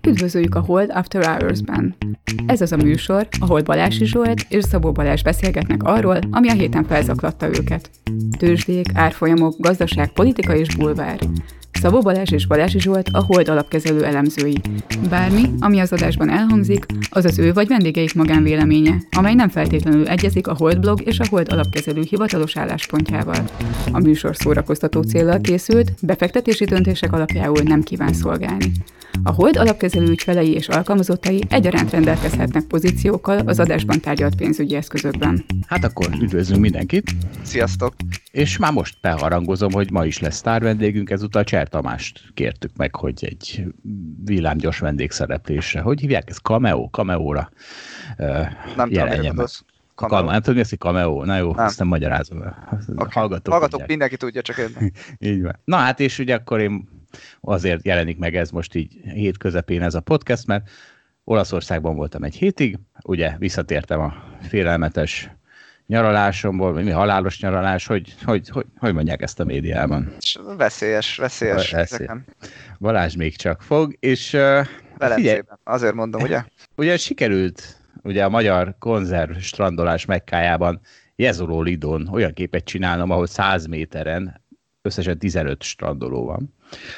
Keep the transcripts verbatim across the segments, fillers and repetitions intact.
Üdvözöljük a Hold After Hours-ben. Ez az a műsor, ahol Balási Zsolt és Szabó Balázs beszélgetnek arról, ami a héten felzaklatta őket. Tőzsdék, árfolyamok, gazdaság, politika és bulvár. Szabó Balázs és Balási Zsolt a Hold alapkezelő elemzői. Bármi, ami az adásban elhangzik, az az ő vagy vendégeik magánvéleménye, amely nem feltétlenül egyezik a Hold blog és a Hold alapkezelő hivatalos álláspontjával. A műsor szórakoztató céllal készült, befektetési döntések alapjául nem kíván szolgálni. A Hold alapkezelő ügyfelei és alkalmazottai egyaránt rendelkezhetnek pozíciókkal az adásban tárgyalt pénzügyi eszközökben. Hát akkor üdvözlünk mindenkit! Sziasztok! És már most beharangozom, hogy ma is lesz sztár vendégünk, ezúttal Cser Tamást kértük meg, hogy egy villámgyors vendégszereplésre. Hogy hívják ez? Cameo? Cameóra uh, Nem jelenjen meg. Cameo. Nem tudom, mi az, hogy cameo? Na jó, nem. Ezt nem magyarázom. Okay. Hallgatok, Hallgatok mindenki tudja, csak én. Így van. Na hát, és ugye akkor én azért jelenik meg ez most így hét közepén ez a podcast, mert Olaszországban voltam egy hétig, ugye visszatértem a félelmetes nyaralásomból, vagy mi halálos nyaralás, hogy hogy, hogy, hogy mondják ezt a médiában? Veszélyes, veszélyes. Veszély. Balázs még csak fog, és uh, Velencében, azért mondom, ugye? Ugye sikerült ugye a magyar konzerv strandolás Mekkájában Jezero Lidón olyan képet csinálnom, ahol száz méteren összesen tizenöt strandoló van.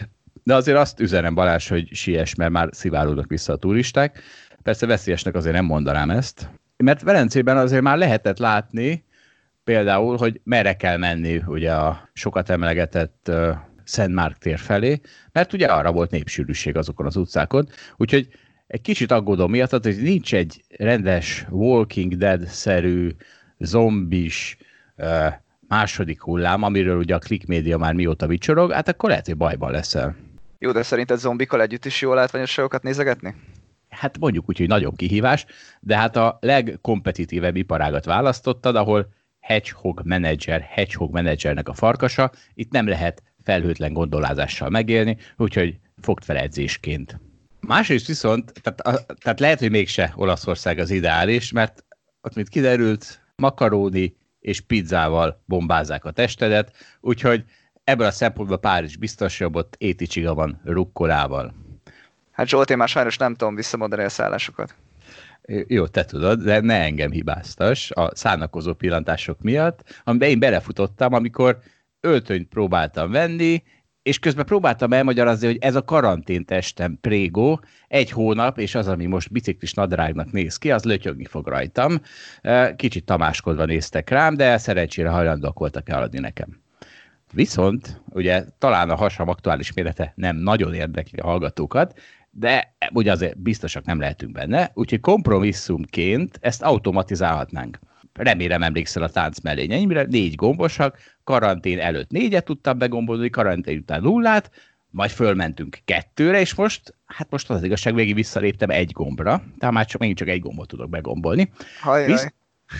De azért azt üzenem, Balázs, hogy siess, mert már szivárognak vissza a turisták. Persze veszélyesnek azért nem mondanám ezt, mert Velencében azért már lehetett látni például, hogy merre kell menni ugye a sokat emlegetett uh, Szent Márk tér felé, mert ugye arra volt népsűrűség azokon az utcákon, úgyhogy egy kicsit aggódom miatt, hogy nincs egy rendes Walking Dead-szerű, zombis uh, második hullám, amiről ugye a Click Media már mióta vicsorog, hát akkor lehet, hogy bajban leszel. Jó, de szerinted zombikkal együtt is jó látványosságokat nézegetni? Hát mondjuk úgy, hogy nagyon kihívás, de hát a legkompetitívebb iparágat választottad, ahol hedgehog menedzser, hedgehog menedzsernek a farkasa, itt nem lehet felhőtlen gondolázással megélni, úgyhogy fogd fel edzésként. Másrészt viszont, tehát, a, tehát lehet, hogy mégse Olaszország az ideális, mert ott, mint kiderült, makaróni és pizzával bombázzák a testedet, úgyhogy ebből a szempontból Párizs biztos jobb, ott éticsiga van rukkolával. Hát Zsolt, én már sajnos nem tudom visszamondani a szállásokat. Jó, te tudod, de ne engem hibáztass a szánakozó pillantások miatt, amiben én belefutottam, amikor öltönyt próbáltam venni, és közben próbáltam elmagyarázni, hogy ez a karanténtestem prégó, egy hónap, és az, ami most biciklis nadrágnak néz ki, az lötyögni fog rajtam. Kicsit tamáskodva néztek rám, de szerencsére hajlandóak voltak eladni nekem. Viszont, ugye talán a hasam aktuális mérete nem nagyon érdekli a hallgatókat, de ugye azért biztosak nem lehetünk benne, úgyhogy kompromisszumként ezt automatizálhatnánk. Remélem emlékszel a tánc mellényeimre, négy gombosak, karantén előtt négyet tudtam begombolni, karantén után nullát, majd fölmentünk kettőre, és most, hát most az igazság végig visszaléptem egy gombra, tehát már csak, megint csak egy gombot tudok begombolni. Hajjaj. Visz...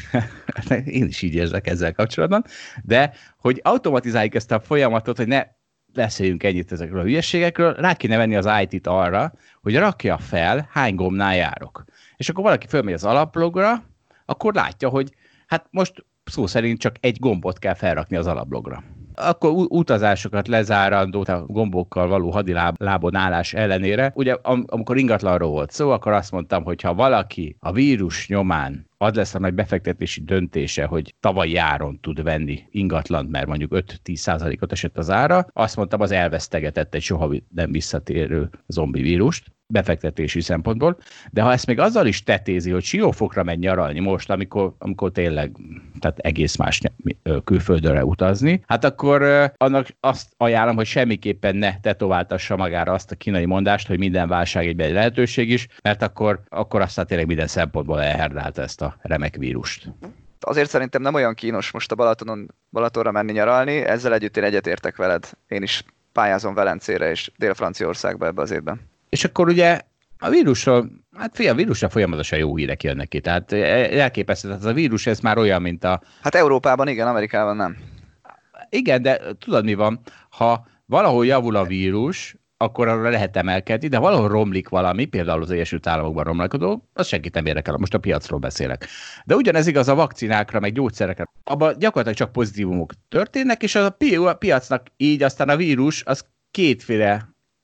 Én is így érzek ezzel kapcsolatban, de hogy automatizáljuk ezt a folyamatot, hogy ne beszéljünk ennyit ezekről a hülyeségekről, rá kéne venni az í té-t arra, hogy rakja fel, hány gombnál járok. És akkor valaki fölmegy az alaplogra, akkor látja, hogy hát most szó szerint csak egy gombot kell felrakni az alaplogra. Akkor utazásokat lezárandó, a gombokkal való hadilábon állás ellenére, ugye am- amikor ingatlanról volt szó, akkor azt mondtam, hogy ha valaki a vírus nyomán az lesz a nagy befektetési döntése, hogy tavaly járon tud venni ingatlant, mert mondjuk öt-tíz százalékot esett az ára, azt mondtam, az elvesztegetett egy soha nem visszatérő zombi vírust befektetési szempontból, de ha ezt még azzal is tetézi, hogy Siófokra megy nyaralni most, amikor, amikor tényleg tehát egész más külföldre utazni, hát akkor annak azt ajánlom, hogy semmiképpen ne tetováltassa magára azt a kínai mondást, hogy minden válság egyben egy lehetőség is, mert akkor, akkor aztán tényleg minden szempontból elherdálta ezt a remek vírust. Azért szerintem nem olyan kínos most a Balatonon, Balatonra menni nyaralni, ezzel együtt én egyetértek veled. Én is pályázom Velencére és Dél-Franciaországba ebbe az évben. És akkor ugye a vírusról, hát fiam, a vírusra folyamatosan jó hírek jönnek ki, tehát elképesztő, ez a vírus, ez már olyan, mint a... Hát Európában igen, Amerikában nem. Igen, de tudod mi van, ha valahol javul a vírus, akkor arra lehet emelkedni, de valahol romlik valami, például az Egyesült Államokban romlakodó, az senkit nem érdekel, most a piacról beszélek. De ugyanez igaz a vakcinákra, meg gyógyszerekre. Abban gyakorlatilag csak pozitívumok történnek, és a piacnak így aztán a vírus az kétféle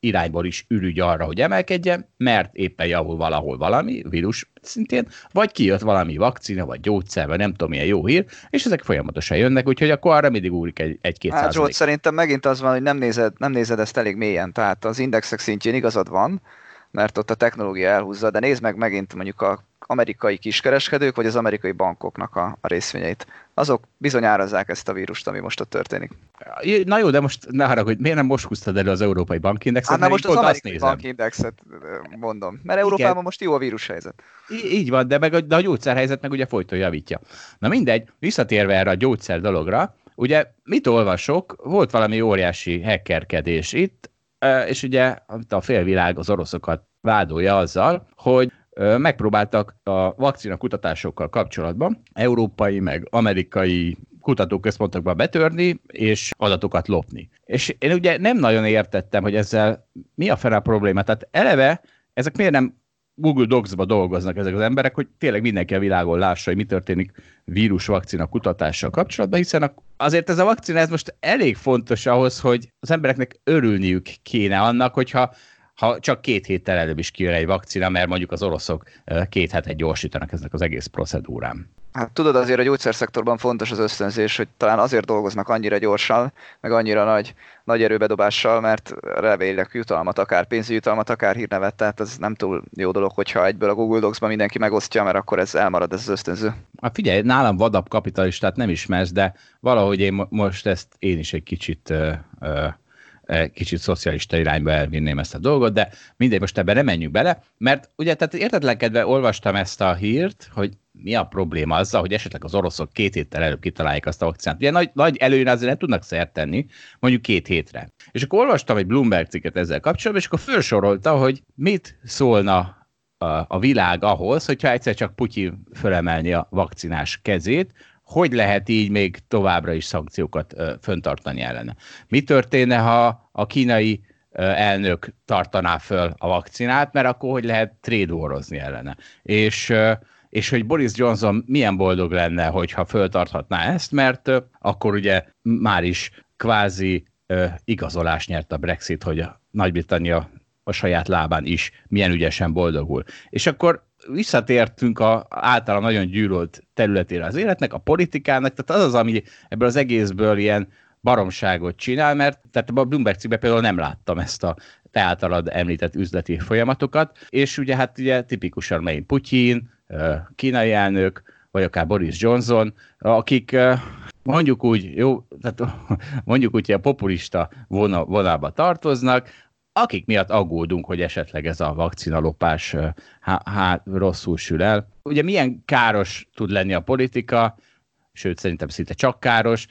irányból is ürügy arra, hogy emelkedjen, mert éppen javul valahol valami, vírus szintén, vagy kijött valami vakcina, vagy gyógyszer, vagy nem tudom, milyen jó hír, és ezek folyamatosan jönnek, úgyhogy akkor arra mindig úrik egy, egy-két hát, százalék. Zsolt, szerintem megint az van, hogy nem nézed, nem nézed ezt elég mélyen, tehát az indexek szintjén igazad van, mert ott a technológia elhúzza, de nézd meg megint mondjuk az amerikai kiskereskedők, vagy az amerikai bankoknak a, a részvényeit. Azok bizony árazzák ezt a vírust, ami most ott történik. Na jó, de most ne haragudj, miért nem most húztad elő az Európai Bankindexet? Hát nem most az amerikai nézem. bankindexet mondom, mert Európában igen, most jó a vírushelyzet. Í- így van, de, meg a, de a gyógyszerhelyzet meg ugye folyton javítja. Na mindegy, visszatérve erre a gyógyszer dologra, ugye mit olvasok, volt valami óriási hackerkedés itt, és ugye a félvilág az oroszokat vádolja azzal, hogy megpróbáltak a vakcina kutatásokkal kapcsolatban európai meg amerikai kutatóközpontokba betörni, és adatokat lopni. És én ugye nem nagyon értettem, hogy ezzel mi a fene a probléma. Tehát eleve ezek miért nem Google Docs-ba dolgoznak ezek az emberek, hogy tényleg mindenki a világon lássa, hogy mi történik vírus-vakcina kutatással kapcsolatban, hiszen azért ez a vakcina ez most elég fontos ahhoz, hogy az embereknek örülniük kéne annak, hogyha ha csak két héttel előbb is kijön egy vakcina, mert mondjuk az oroszok két hetet gyorsítanak ezek az egész procedúrán. Hát tudod, azért a gyógyszerszektorban fontos az ösztönzés, hogy talán azért dolgoznak annyira gyorsan, meg annyira nagy, nagy erőbedobással, mert remélek jutalmat, akár pénzügyi jutalmat, akár hírnevet, tehát ez nem túl jó dolog, hogyha egyből a Google Docs-ban mindenki megosztja, mert akkor ez elmarad, ez az ösztönző. Hát figyelj, nálam vadabb kapitalistát nem ismersz, de valahogy én most ezt én is egy kicsit... Uh, uh, kicsit szocialista irányba elvinném ezt a dolgot, de mindegy, most ebben nem menjünk bele, mert ugye, tehát értetlenkedve olvastam ezt a hírt, hogy mi a probléma azzal, hogy esetleg az oroszok két héttel előbb kitalálják azt a vakcinát. Ugye nagy, nagy előnyre azért nem tudnak szert tenni, mondjuk két hétre. És akkor olvastam egy Bloomberg cikket ezzel kapcsolatban, és akkor felsorolta, hogy mit szólna a, a világ ahhoz, hogyha egyszer csak Putyin fölemelni a vakcinás kezét, hogy lehet így még továbbra is szankciókat ö, föntartani ellene. Mi történne, ha a kínai ö, elnök tartaná föl a vakcinát, mert akkor hogy lehet trade warozni ellene. És, ö, és hogy Boris Johnson milyen boldog lenne, hogyha föltarthatná ezt, mert ö, akkor ugye már is kvázi ö, igazolás nyert a Brexit, hogy a Nagy-Britannia a saját lábán is milyen ügyesen boldogul. És akkor visszatértünk a általán nagyon gyűlölt területére az életnek, a politikának, tehát az az, ami ebből az egészből ilyen baromságot csinál, mert tehát a Bloomberg cikkben például nem láttam ezt a te általad említett üzleti folyamatokat, és ugye hát ugye tipikusan megint Putyin, kínai elnök, vagy akár Boris Johnson, akik mondjuk úgy, jó, tehát mondjuk úgy, hogy a populista vonalba tartoznak, akik miatt aggódunk, hogy esetleg ez a vakcinalopás há, há, rosszul sül el. Ugye milyen káros tud lenni a politika, sőt szerintem szinte csak káros.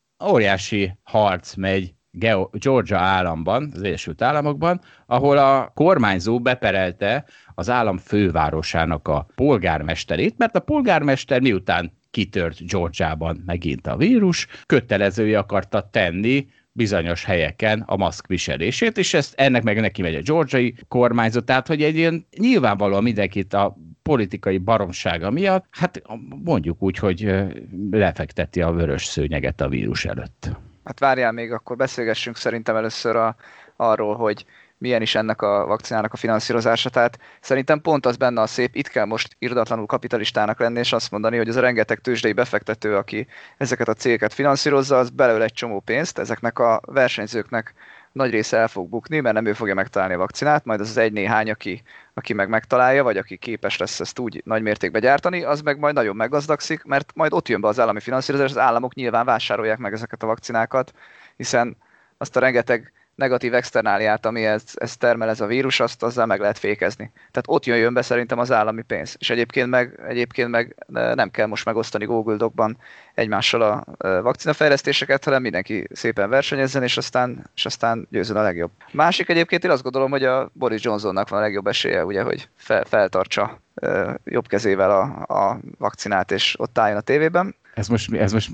Óriási harc megy Georgia államban, az Egyesült Államokban, ahol a kormányzó beperelte az állam fővárosának a polgármesterét, mert a polgármester miután kitört Georgiában megint a vírus, kötelezői akarta tenni bizonyos helyeken a maszk viselését, és ezt ennek meg neki megy a georgiai kormányzat, tehát hogy egy ilyen nyilvánvalóan mindenkit a politikai baromsága miatt, hát mondjuk úgy, hogy lefekteti a vörös szőnyeget a vírus előtt. Hát várjál még, akkor beszélgessünk szerintem először a, arról, hogy milyen is ennek a vakcinának a finanszírozása. Tehát szerintem pont az benne a szép, itt kell most irdatlanul kapitalistának lenni, és azt mondani, hogy az a rengeteg tőzsdei befektető, aki ezeket a cégeket finanszírozza, az belőle egy csomó pénzt, ezeknek a versenyzőknek nagy része el fog bukni, mert nem ő fogja megtalálni a vakcinát, majd az az egy néhány, aki, aki meg megtalálja, vagy aki képes lesz ezt úgy nagy mértékben gyártani, az meg majd nagyon meggazdagszik, mert majd ott jön be az állami finanszírozás, az államok nyilván vásárolják meg ezeket a vakcinákat, hiszen azt a rengeteg negatív externáliát, ami ez, ez termel ez a vírus, azt azzal meg lehet fékezni. Tehát ott jön, jön be szerintem az állami pénz. És egyébként meg, egyébként meg nem kell most megosztani Google Docban egymással a vakcinafejlesztéseket, hanem mindenki szépen versenyezzen, és aztán, és aztán győzön a legjobb. Másik egyébként én azt gondolom, hogy a Boris Johnsonnak van a legjobb esélye, ugye, hogy fel, feltartsa jobb kezével a, a vakcinát, és ott álljon a tévében. Ez most, ez most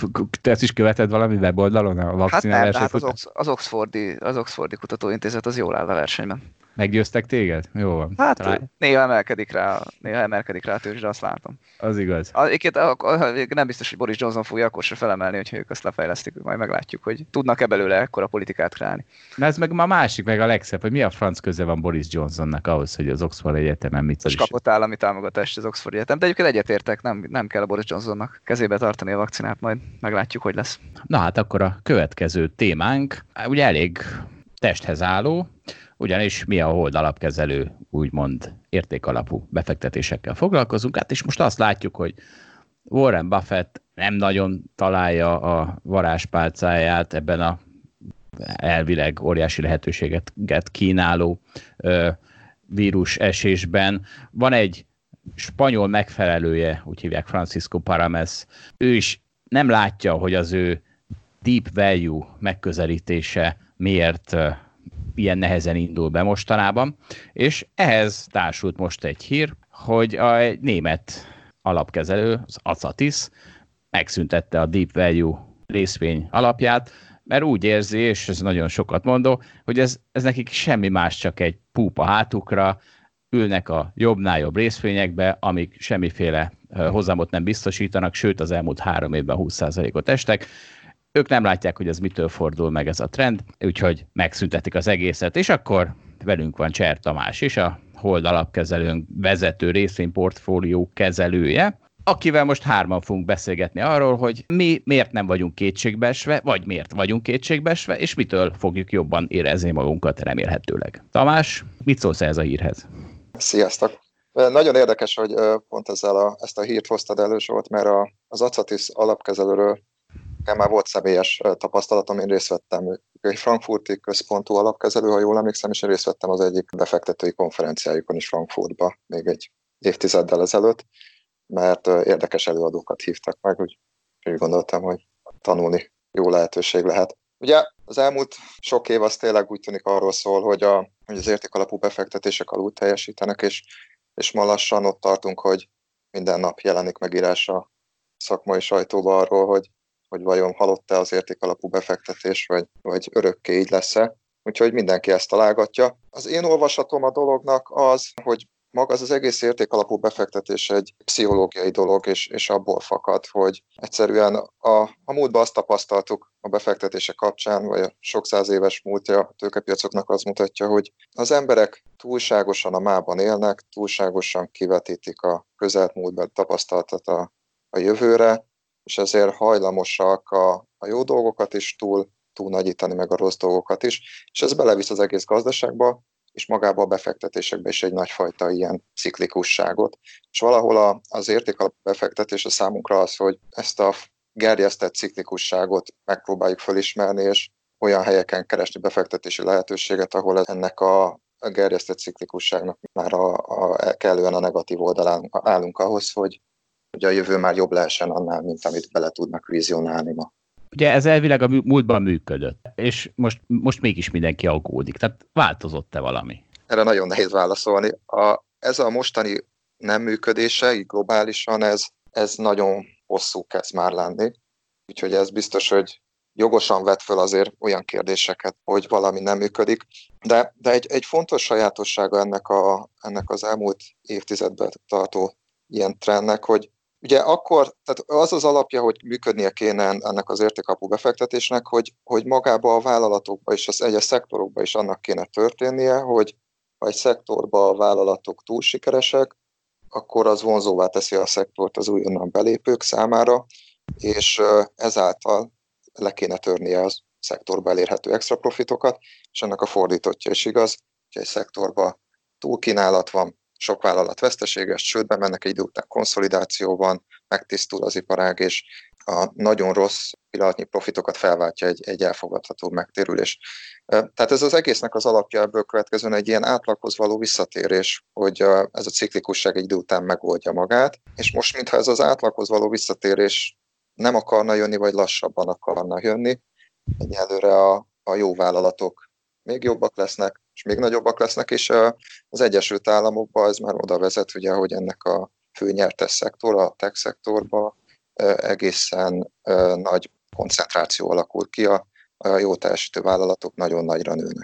te ezt is követed valami weboldalon a vakcina hát nem, hát az, Ox, az, Oxfordi, az Oxfordi Kutatóintézet az jól áll a versenyben. Meggyőztek téged? Jó van. Hát Talán... néha emelkedik rá, néha emelkedik rá a tőzsde, azt látom. Az igaz. Egyébként nem biztos, hogy Boris Johnson fogja akkor se felemelni, hogyha ők azt lefejlesztik, majd meglátjuk, hogy tudnak-e belőle ekkora politikát kreálni. Na ez meg a másik, meg a legszebb, hogy mi a franc köze van Boris Johnsonnak ahhoz, hogy az Oxford Egyetemen mit És kapott állami támogatást az Oxford Egyetem, de egyébként egyetértek, nem, nem kell a Boris Johnsonnak kezébe tartani a vakcinát, majd meglátjuk, hogy lesz. Na hát akkor a következő témánk, ugye elég testhez álló, ugyanis mi a Hold alapkezelő, úgymond értékalapú befektetésekkel foglalkozunk, hát és most azt látjuk, hogy Warren Buffett nem nagyon találja a varázspálcáját ebben a elvileg óriási lehetőséget kínáló ö, vírus esésben. Van egy spanyol megfelelője, úgy hívják Francisco Parames, ő is nem látja, hogy az ő deep value megközelítése miért ö, ilyen nehezen indul be mostanában, és ehhez társult most egy hír, hogy a német alapkezelő, az Acatis megszüntette a deep value részvény alapját, mert úgy érzi, és ez nagyon sokat mondó, hogy ez, ez nekik semmi más, csak egy púp a hátukra, ülnek a jobbnál jobb részvényekbe, amik semmiféle hozamot nem biztosítanak, sőt az elmúlt három évben húsz százalékot estek. Ők nem látják, hogy ez mitől fordul meg ez a trend, úgyhogy megszüntetik az egészet, és akkor velünk van Cser Tamás is, a Hold alapkezelőnk vezető részvényportfólió kezelője, akivel most hárman fogunk beszélgetni arról, hogy mi miért nem vagyunk kétségbeesve, vagy miért vagyunk kétségbeesve, és mitől fogjuk jobban érezni magunkat remélhetőleg. Tamás, mit szólsz ez a hírhez? Sziasztok! Nagyon érdekes, hogy pont ezzel a, ezt a hírt hoztad elő, Zsolt, mert a, az Acatis alapkezelőről már volt személyes tapasztalatom, én részt vettem, egy frankfurti központú alapkezelő, ha jól emlékszem, és én részt vettem az egyik befektetői konferenciájukon is Frankfurtba, még egy évtizeddel ezelőtt, mert érdekes előadókat hívtak meg, úgy, úgy gondoltam, hogy tanulni jó lehetőség lehet. Ugye az elmúlt sok év az tényleg úgy tűnik arról szól, hogy, a, hogy az értékalapú befektetések alul teljesítenek, és, és ma lassan ott tartunk, hogy minden nap jelenik megírás a szakmai sajtóba arról, hogy, hogy vajon halott-e az értékalapú befektetés, vagy, vagy örökké így lesz-e. Úgyhogy mindenki ezt találgatja. Az én olvasatom a dolognak az, hogy maga az, az egész értékalapú befektetés egy pszichológiai dolog, és, és abból fakad, hogy egyszerűen a, a múltban azt tapasztaltuk a befektetések kapcsán, vagy a sok száz éves múltja a tőkepiacoknak az mutatja, hogy az emberek túlságosan a mában élnek, túlságosan kivetítik a közelt múltban tapasztaltat a, a jövőre, és ezért hajlamosak a, a jó dolgokat is túl, túl nagyítani, meg a rossz dolgokat is, és ez belevisz az egész gazdaságba, és magába a befektetésekbe is egy nagyfajta ilyen ciklikusságot. És valahol a, az értékalapú befektetés a számunkra az, hogy ezt a gerjesztett ciklikusságot megpróbáljuk felismerni, és olyan helyeken keresni befektetési lehetőséget, ahol ennek a, a gerjesztett ciklikusságnak már a, a, kellően a negatív oldalán állunk ahhoz, hogy, hogy a jövő már jobb lehessen annál, mint amit bele tudnak vizionálni ma. Ugye ez elvileg a múltban működött, és most, most mégis mindenki aggódik. Tehát változott-e valami? Erre nagyon nehéz válaszolni. A, ez a mostani nem működése, így globálisan, ez, ez nagyon hosszú kezd már lenni. Úgyhogy ez biztos, hogy jogosan vet föl azért olyan kérdéseket, hogy valami nem működik. De, de egy, egy fontos sajátossága ennek, a, ennek az elmúlt évtizedben tartó ilyen trendnek, hogy ugye akkor, tehát az az alapja, hogy működnie kéne ennek az értékalapú befektetésnek, hogy, hogy magába a vállalatokba és az egyes szektorokba is annak kéne történnie, hogy ha egy szektorban a vállalatok túl sikeresek, akkor az vonzóvá teszi a szektort az újonnan belépők számára, és ezáltal le kéne törnie a szektorba elérhető extra profitokat, és ennek a fordítottja is igaz, hogy egy szektorban túlkínálat van, sok vállalat veszteséges, csődbe mennek, egy idő után konszolidáció van, megtisztul az iparág, és a nagyon rossz pillanatnyi profitokat felváltja egy, egy elfogadható megtérülés. Tehát ez az egésznek az alapja, ebből következően egy ilyen átlaghoz való visszatérés, hogy ez a ciklikusság egy idő után megoldja magát, és most mintha ez az átlaghoz való visszatérés nem akarna jönni, vagy lassabban akarna jönni, egyelőre a, a jó vállalatok még jobbak lesznek, és még nagyobbak lesznek, és az Egyesült Államokban ez már oda vezet, ugye, hogy ennek a fő nyertes szektor, a tech szektorban egészen nagy koncentráció alakul ki, a, a jó teljesítő vállalatok nagyon nagyra nőnek.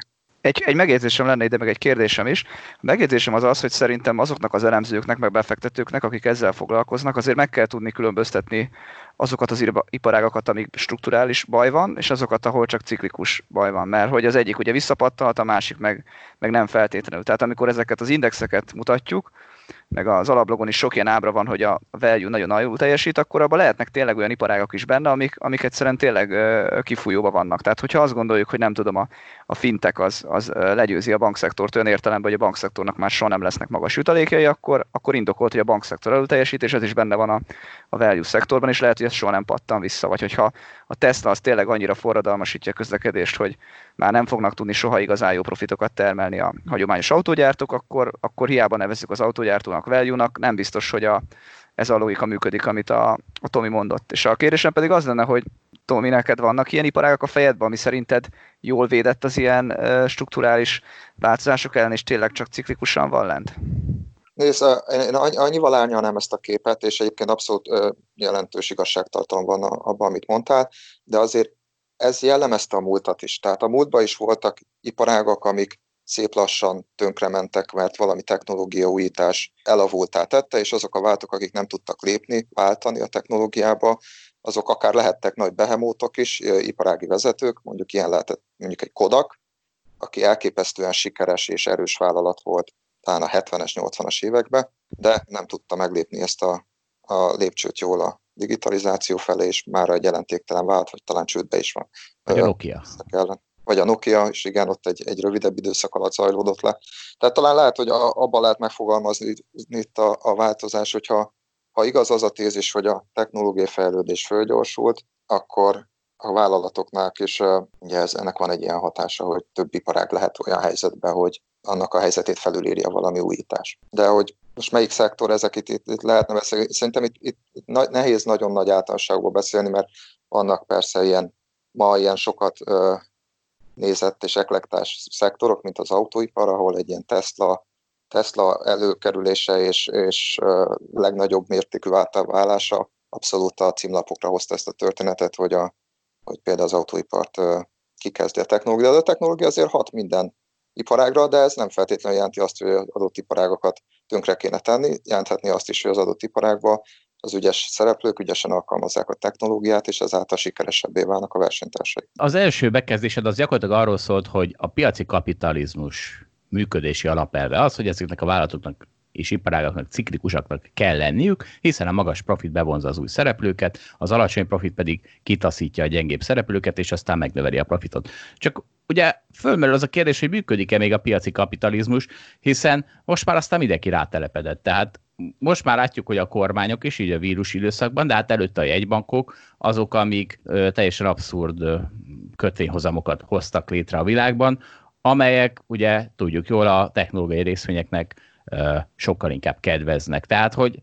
Egy, egy megjegyzésem lenne ide, meg egy kérdésem is. A megjegyzésem az az, hogy szerintem azoknak az elemzőknek, meg befektetőknek, akik ezzel foglalkoznak, azért meg kell tudni különböztetni azokat az iparágakat, amik strukturális baj van, és azokat, ahol csak ciklikus baj van. Mert hogy az egyik ugye visszapattanhat, a másik meg, meg nem feltétlenül. Tehát amikor ezeket az indexeket mutatjuk, meg az alaplogon is sok ilyen ábra van, hogy a value nagyon alul teljesít, akkor abban lehetnek tényleg olyan iparágak is benne, amik, amik egyszerűen tényleg uh, kifújóban vannak. Tehát, hogyha azt gondoljuk, hogy nem tudom, a, a fintech az, az uh, legyőzi a bankszektort olyan értelemben, hogy a bankszektornak már soha nem lesznek magas jutalékjai, akkor, akkor indokolt, hogy a bankszektor alul teljesít, és ez is benne van a, a value szektorban, és lehet, hogy ez soha nem pattan vissza. Vagy hogyha a Tesla az tényleg annyira forradalmasítja a közlekedést, hogy már nem fognak tudni soha igazán jó profitokat termelni a hagyományos autógyártók, akkor, akkor hiába nevezzük az autógyártónak value-nak, nem biztos, hogy a, ez a logika működik, amit a, a Tomi mondott. És a kérdésem pedig az lenne, hogy Tomi, neked vannak ilyen iparágak a fejedben, ami szerinted jól védett az ilyen uh, strukturális változások ellen, és tényleg csak ciklikusan van lent? Nézd, én annyival árnyalnám ezt a képet, és egyébként abszolút jelentős igazságtartalom van abban, amit mondtál, de azért ez jellemezte a múltat is. Tehát a múltban is voltak iparágak, amik szép lassan tönkrementek, mert valami technológia újítás elavultá tette, és azok a váltók, akik nem tudtak lépni, váltani a technológiába, azok akár lehettek nagy behemótok is, iparági vezetők, mondjuk ilyen lehetett mondjuk egy Kodak, aki elképesztően sikeres és erős vállalat volt talán a hetvenes, nyolcvanas években, de nem tudta meglépni ezt a, a lépcsőt jól a digitalizáció felé, és már egy jelentéktelen vált, vagy talán csődbe is van. Vagy a Nokia. Vagy a Nokia, és igen, ott egy, egy rövidebb időszak alatt zajlódott le. Tehát talán lehet, hogy a, abban lehet megfogalmazni itt a, a változás, hogyha ha igaz az a tézis, hogy a technológiai fejlődés fölgyorsult, akkor a vállalatoknál is ugye ez, ennek van egy ilyen hatása, hogy több iparág lehet olyan helyzetben, hogy annak a helyzetét felülírja valami újítás. De hogy most melyik szektor ezek itt, itt, itt lehetne beszélni, szerintem itt, itt, itt nehéz nagyon nagy általánosságból beszélni, mert vannak persze ilyen, ma ilyen sokat ö, nézett és eklektás szektorok, mint az autóipar, ahol egy ilyen Tesla, Tesla előkerülése és, és ö, legnagyobb mértékű váltása abszolút a címlapokra hozta ezt a történetet, hogy, a, hogy például az autóipart ö, kikezdi a technológia. De a technológia azért hat minden iparágra, de ez nem feltétlenül jelenti azt, hogy az adott iparágokat tönkre kéne tenni, jelenthetni azt is, hogy az adott iparágban az ügyes szereplők ügyesen alkalmazzák a technológiát, és ezáltal sikeresebbé válnak a versenytársai. Az első bekezdésed az gyakorlatilag arról szólt, hogy a piaci kapitalizmus működési alapelve az, hogy ezeknek a vállalatoknak és iparágaknak ciklikusaknak kell lenniük, hiszen a magas profit bevonza az új szereplőket, az alacsony profit pedig kitaszítja a gyengébb szereplőket, és aztán megnöveli a profitot. Csak ugye fölmerül az a kérdés, hogy működik-e még a piaci kapitalizmus, hiszen most már aztán mindenki rátelepedett. Tehát most már látjuk, hogy a kormányok is, így a vírus időszakban, de hát előtte a jegybankok, azok, amik ö, teljesen abszurd ö, kötvényhozamokat hoztak létre a világban, amelyek ugye tudjuk jól a technológiai részvényeknek ö, sokkal inkább kedveznek. Tehát, hogy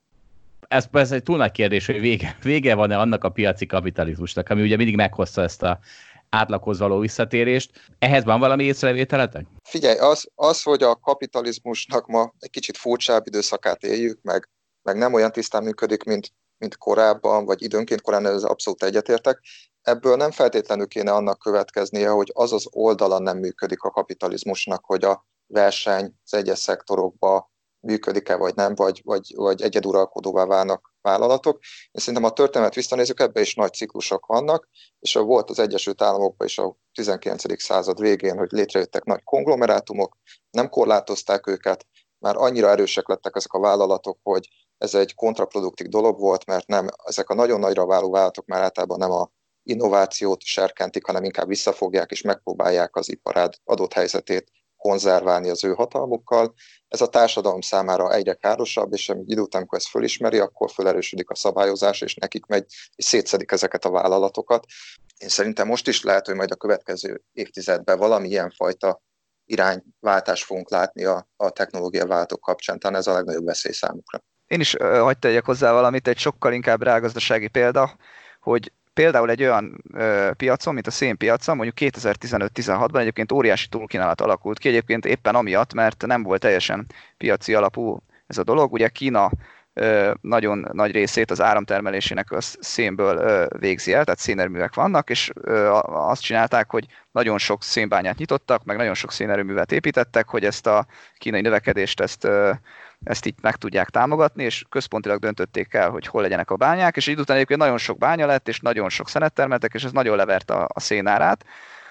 ez persze egy túl nagy kérdés, hogy vége, vége van-e annak a piaci kapitalizmusnak, ami ugye mindig meghozta ezt a átlaghoz való visszatérést. Ehhez van valami észrevételetek? Figyelj, az, az, hogy a kapitalizmusnak ma egy kicsit furcsább időszakát éljük, meg, meg nem olyan tisztán működik, mint, mint korábban, vagy időnként korán, ez abszolút egyetértek. Ebből nem feltétlenül kéne annak következnie, hogy az az oldala nem működik a kapitalizmusnak, hogy a verseny az egyes szektorokban működik-e, vagy nem, vagy, vagy, vagy egyeduralkodóvá válnak vállalatok. Én szerintem a történelmet visszanézzük, ebben is nagy ciklusok vannak, és volt az Egyesült Államokban is a tizenkilencedik század végén, hogy létrejöttek nagy konglomerátumok, nem korlátozták őket, már annyira erősek lettek ezek a vállalatok, hogy ez egy kontraproduktív dolog volt, mert nem, ezek a nagyon nagyra váló vállalatok már általában nem a innovációt serkentik, hanem inkább visszafogják és megpróbálják az iparád adott helyzetét konzerválni az ő hatalmukkal. Ez a társadalom számára egyre károsabb, és egy idő után, amikor ezt fölismeri, akkor felerősödik a szabályozás, és nekik megy, és szétszedik ezeket a vállalatokat. Én szerintem most is lehet, hogy majd a következő évtizedben valami ilyenfajta irányváltást fogunk látni a, a technológiaváltók kapcsán, talán ez a legnagyobb veszély számukra. Én is uh, hagyd tegyek hozzá valamit, egy sokkal inkább reálgazdasági példa, hogy például egy olyan ö, piacon, mint a szénpiaca, mondjuk kétezer-tizenöt-tizenhatban egyébként óriási túlkínálat alakult ki, egyébként éppen amiatt, mert nem volt teljesen piaci alapú ez a dolog. Ugye Kína nagyon nagy részét az áramtermelésének a szénből végzi el, tehát szénerőművek vannak, és azt csinálták, hogy nagyon sok szénbányát nyitottak, meg nagyon sok szénerőművet építettek, hogy ezt a kínai növekedést ezt, ezt így meg tudják támogatni, és központilag döntötték el, hogy hol legyenek a bányák, és így utána egyébként nagyon sok bánya lett, és nagyon sok szenet termeltek, és ez nagyon levert a, a szénárát.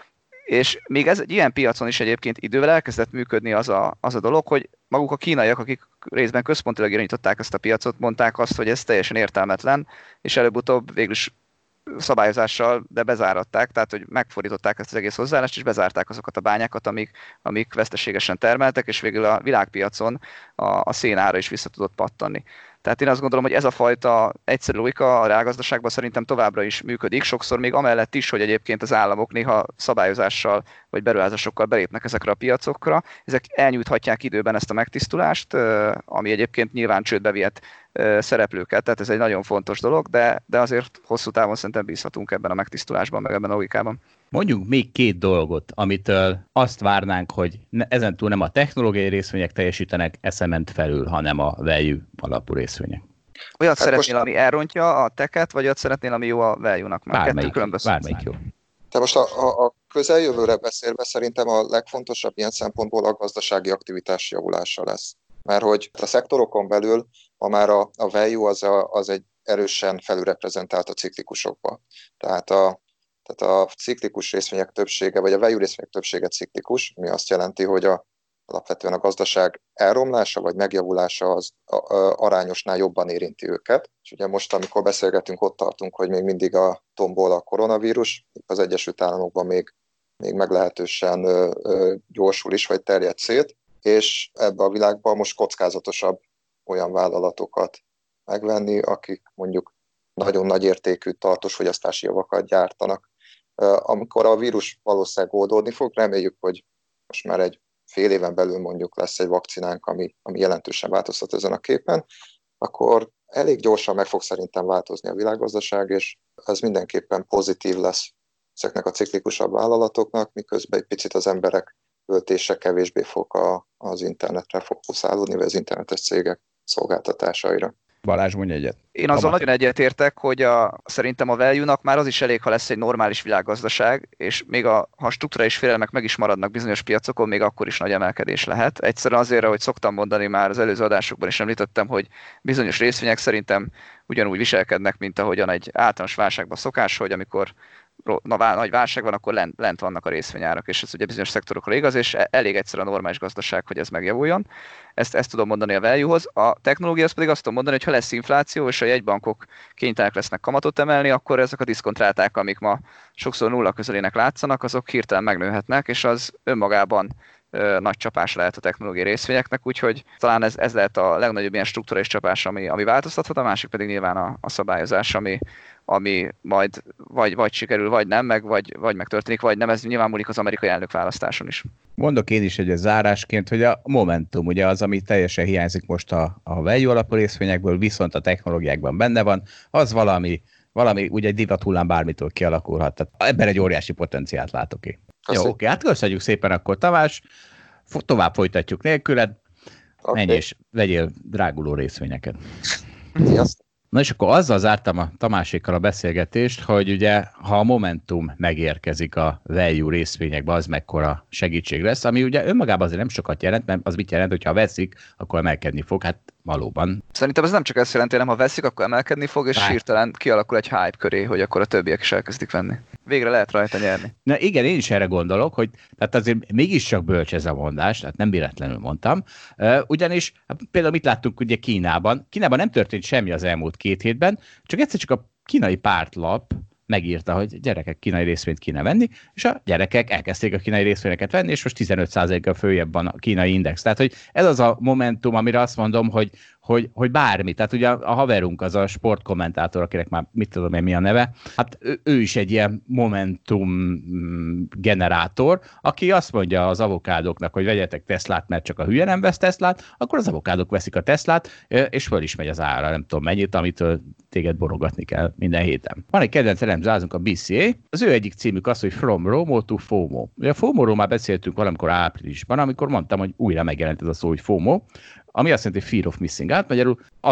És még ez egy ilyen piacon is egyébként idővel elkezdett működni az a, az a dolog, hogy maguk a kínaiak, akik részben központilag irányították ezt a piacot, mondták azt, hogy ez teljesen értelmetlen, és előbb-utóbb végül is szabályozással, de bezáratták, tehát hogy megfordították ezt az egész hozzáállást, és bezárták azokat a bányákat, amik, amik veszteségesen termeltek, és végül a világpiacon a, a szénára is vissza tudott pattanni. Tehát én azt gondolom, hogy ez a fajta egyszerű logika a reálgazdaságban szerintem továbbra is működik, sokszor még amellett is, hogy egyébként az államok néha szabályozással vagy beruházásokkal belépnek ezekre a piacokra. Ezek elnyújthatják időben ezt a megtisztulást, ami egyébként nyilván csődbe vihet szereplőket, tehát ez egy nagyon fontos dolog, de, de azért hosszú távon szerintem bízhatunk ebben a megtisztulásban, meg ebben a logikában. Mondjuk még két dolgot, amitől azt várnánk, hogy ezentúl nem a technológiai részvények teljesítenek eszement felül, hanem a value alapú részvények. Olyat hát szeretnél, most... ami elrontja a teket, vagy olyat szeretnél, ami jó a value-nak? Bármelyik, bármelyik jó. De most a, a, a közeljövőre beszélve szerintem a legfontosabb ilyen szempontból a gazdasági aktivitás javulása lesz. Mert hogy a szektorokon belül, ha már a, a value az, a, az egy erősen felülreprezentált a ciklikusokba. Tehát a, tehát a ciklikus részvények többsége, vagy a value részvények többsége ciklikus, ami azt jelenti, hogy a, alapvetően a gazdaság elromlása vagy megjavulása az a, a, arányosnál jobban érinti őket. És ugye most, amikor beszélgetünk, ott tartunk, hogy még mindig a tombol a koronavírus, az Egyesült Államokban még, még meglehetősen ö, ö, gyorsul is, vagy terjed szét, és ebbe a világban most kockázatosabb olyan vállalatokat megvenni, akik mondjuk nagyon nagy értékű tartós fogyasztási javakat gyártanak. Amikor a vírus valószínűleg oldódni fog, reméljük, hogy most már egy fél éven belül mondjuk lesz egy vakcinánk, ami, ami jelentősen változtat ezen a képen, akkor elég gyorsan meg fog szerintem változni a világgazdaság, és ez mindenképpen pozitív lesz ezeknek a ciklikusabb vállalatoknak, miközben egy picit az emberek költése kevésbé fog a, az internetre fókuszálódni, vagy az internetes cégek szolgáltatásaira. Balázs, mondja egyet. Én azzal nagyon egyetértek, hogy a, szerintem a value-nak már az is elég, ha lesz egy normális világgazdaság, és még a, ha a strukturális félelmek meg is maradnak bizonyos piacokon, még akkor is nagy emelkedés lehet. Egyszerűen azért, ahogy szoktam mondani, már az előző adásokban is említettem, hogy bizonyos részvények szerintem ugyanúgy viselkednek, mint ahogyan egy általános válságban szokás, hogy amikor na, nagy válság van, akkor lent, lent vannak a részvényárak, és ez ugye bizonyos szektorokra igaz, és elég egyszerű a normális gazdaság, hogy ez megjavuljon. Ezt, ezt tudom mondani a value-hoz. A technológia, azt pedig azt tudom mondani, hogy ha lesz infláció, és a jegybankok kénytelenek lesznek kamatot emelni, akkor ezek a diszkontráták, amik ma sokszor nulla közelének látszanak, azok hirtelen megnőhetnek, és az önmagában ö, nagy csapás lehet a technológiai részvényeknek, úgyhogy talán ez, ez lehet a legnagyobb ilyen strukturális csapás, ami, ami változtathat, a másik pedig nyilván a, a szabályozás, ami, ami majd vagy, vagy sikerül, vagy nem, meg vagy, vagy megtörténik, vagy nem, ez nyilván múlik az amerikai elnökválasztáson is. Mondok én is egy zárásként, hogy a Momentum ugye az, ami teljesen hiányzik most a, a value alapú részvényekből, viszont a technológiákban benne van, az valami, valami ugye egy divathullám bármitől kialakulhat. Tehát ebben egy óriási potenciált látok én. Jó, oké, hát köszönjük szépen akkor, Tamás, tovább folytatjuk nélküled, okay. Menj és vegyél dráguló részvényeket. Sziasztok! Na és akkor azzal zártam a Tamásékkal a beszélgetést, hogy ugye, ha a Momentum megérkezik a value részvényekbe, az mekkora segítség lesz, ami ugye önmagában azért nem sokat jelent, mert az mit jelent, hogy ha veszik, akkor emelkedni fog, hát valóban. Szerintem ez nem csak ezt jelenti, hanem ha veszik, akkor emelkedni fog, és hirtelen kialakul egy hype köré, hogy akkor a többiek is elkezdik venni. Végre lehet rajta nyerni. Na igen, én is erre gondolok, hogy tehát azért mégiscsak bölcs ez a mondás, tehát nem véletlenül mondtam. Ugyanis hát például mit láttunk ugye Kínában? Kínában nem történt semmi az elmúlt két hétben, csak egyszer csak a kínai pártlap megírta, hogy gyerekek, kínai részvényt kéne venni, és a gyerekek elkezdték a kínai részvényeket venni, és most tizenöt százalékkal följebb van a kínai index. Tehát, hogy ez az a momentum, amire azt mondom, hogy, hogy, hogy bármi. Tehát ugye a haverunk, az a sportkommentátor, akinek már mit tudom én mi a neve, hát ő, ő is egy ilyen momentum generátor, aki azt mondja az avokádoknak, hogy vegyetek Teslát, mert csak a hülye nem vesz Teslát, akkor az avokádok veszik a Teslát, és föl is megy az ára, nem tudom mennyit, amitől téged borogatni kell minden héten. Van egy kedvenc elemzázunk, a bé cé á, az ő egyik címük az, hogy From ROMO to FOMO. Ugye a FOMO-ról már beszéltünk valamikor áprilisban, amikor mondtam, hogy újra megjelent ez a szó, hogy FOMO, ami azt jelenti, hogy Fear of Missing Out, magyarul az a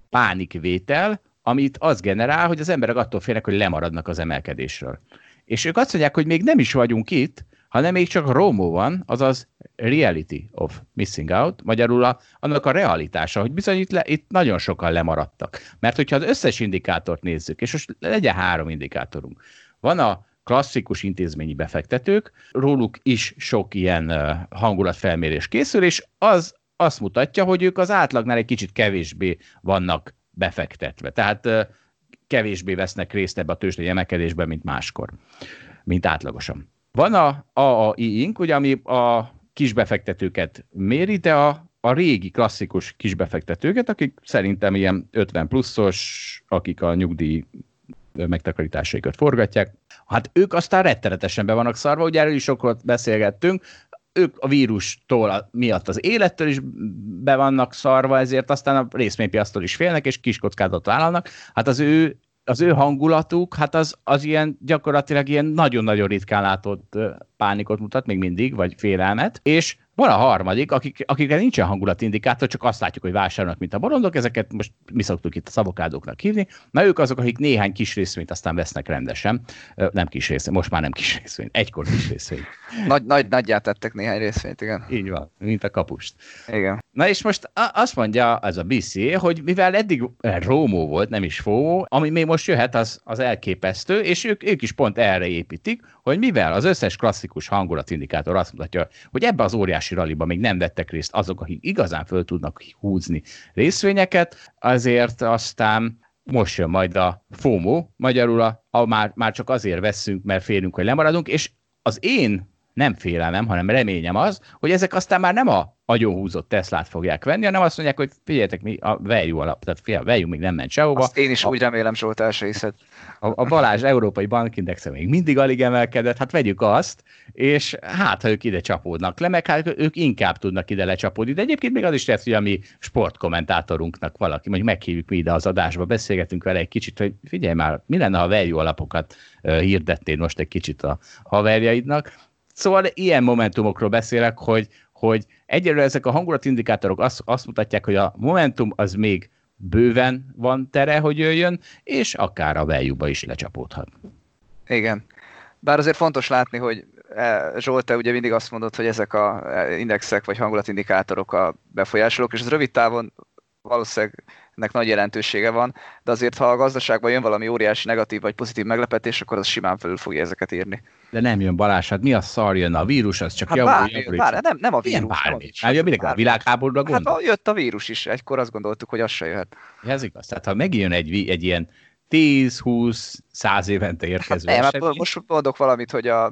pánikvétel, amit az generál, hogy az emberek attól félnek, hogy lemaradnak az emelkedésről. És ők azt mondják, hogy még nem is vagyunk itt, hanem még csak ROMO van, azaz Reality of Missing Out, magyarul a, annak a realitása, hogy bizony itt, le, itt nagyon sokan lemaradtak. Mert hogyha az összes indikátort nézzük, és most legyen három indikátorunk, van a klasszikus intézményi befektetők, róluk is sok ilyen uh, hangulatfelmérés készül, és az azt mutatja, hogy ők az átlagnál egy kicsit kevésbé vannak befektetve. Tehát uh, kevésbé vesznek részt ebbe a tőzsdei emelkedésben, mint máskor, mint átlagosan. Van a á á i-ink, ugye, ami a kisbefektetőket méri, de a, a régi klasszikus kisbefektetőket, akik szerintem ilyen ötven pluszos, akik a nyugdíj megtakarításaikat forgatják, hát ők aztán rettenetesen be vannak szarva, ugye erről is sokat beszélgettünk, ők a vírustól miatt az élettől is be vannak szarva, ezért aztán a részvénypiactól is félnek, és kis kockázatot vállalnak. Hát az ő, az ő hangulatuk, hát az, az ilyen gyakorlatilag ilyen nagyon-nagyon ritkán látott pánikot mutat még mindig, vagy félelmet, és van a harmadik, akik, akikre nincsen hangulatindikátor, csak azt látjuk, hogy vásárolnak, mint a bolondok, ezeket most mi szoktuk itt a szabokádóknak hívni, na ők azok, akik néhány kis részvényt aztán vesznek rendesen. Nem kis részvény, most már nem kis részvény, egykor kis részvény. Nagy, nagy, nagyját tettek néhány részvényt, igen. Így van, mint a kapust. Igen. Na és most azt mondja ez a bé cé á, hogy mivel eddig ROMO volt, nem is FOMO, ami még most jöhet, az, az elképesztő, és ők, ők is pont erre építik, hogy mivel az összes klasszikus hangulatindikátor azt mutatja, hogy ebbe az óriási ralliba még nem vettek részt azok, akik igazán föl tudnak húzni részvényeket, azért aztán most jön majd a FOMO, magyarul a, a már, már csak azért veszünk, mert félünk, hogy lemaradunk, és az én nem félelmem, hanem reményem az, hogy ezek aztán már nem a agyonhúzott Teslát fogják venni, hanem azt mondják, hogy figyeljetek, mi a value alap, tehát figyelj, a value még nem ment sehova. Azt én is a, úgy remélem, Zsolt, el se hiszed. A, a Balázs európai bankindexe még mindig alig emelkedett, hát vegyük azt, és hát, ha ők ide csapódnak le, meg hát ők inkább tudnak ide lecsapódni, de egyébként még az is lehet, hogy a mi sportkommentátorunknak valaki, mondjuk meghívjuk mi ide az adásba, beszélgetünk vele egy kicsit, hogy figyelj már, mi lenne, ha a value alapokat uh, hirdettél most egy kicsit a haverjaidnak. Szóval ilyen momentumokról beszélek, hogy, hogy egyelőre ezek a hangulatindikátorok azt, azt mutatják, hogy a momentum az még bőven van tere, hogy jöjjön, és akár a value-ba is lecsapódhat. Igen. Bár azért fontos látni, hogy Zsolt, te ugye mindig azt mondod, hogy ezek a indexek vagy hangulatindikátorok a befolyásolók, és ez rövid távon valószínűleg ennek nagy jelentősége van, de azért, ha a gazdaságban jön valami óriási negatív vagy pozitív meglepetés, akkor az simán felül fogja ezeket írni. De nem jön, Balázs, hát mi a szar jön? A vírus az csak hát javul, bármi, javul. Bár, nem, nem a vírus. Ilyen bármi. Nem Hát, mindig a világháborúra gondol. Hát jött a vírus is, egykor azt gondoltuk, hogy az se jöhet. Ez igaz. Tehát ha megjön egy, egy ilyen tíz, húsz, száz évente érkező hát nem, esemény. Most mondok valamit, hogy a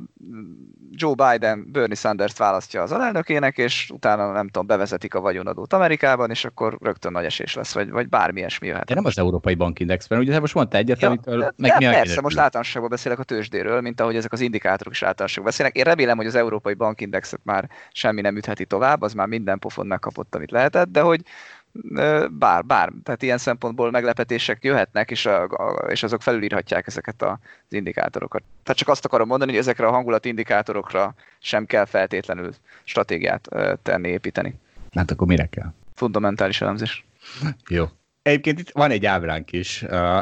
Joe Biden Bernie Sanders-t választja az alelnökének, és utána nem tudom, bevezetik a vagyonadót Amerikában, és akkor rögtön nagy esés lesz, vagy, vagy bármi ilyesmi jöhet. De nem az Európai Bankindexben, ugye te most mondta egyet, ja, amitől de, meg de mi a persze, most általánosságban beszélek a tőzsdéről, mint ahogy ezek az indikátorok is általánosságban beszélnek. Én remélem, hogy az Európai Bankindexet már semmi nem ütheti tovább, az már minden pofon megkapott, amit lehetett, de hogy bár, bár, tehát ilyen szempontból meglepetések jöhetnek, és, a, a, és azok felülírhatják ezeket az indikátorokat. Tehát csak azt akarom mondani, hogy ezekre a hangulatindikátorokra sem kell feltétlenül stratégiát tenni, építeni. Hát akkor mire kell? Fundamentális elemzés. Jó. Egyébként itt van egy ábránk is,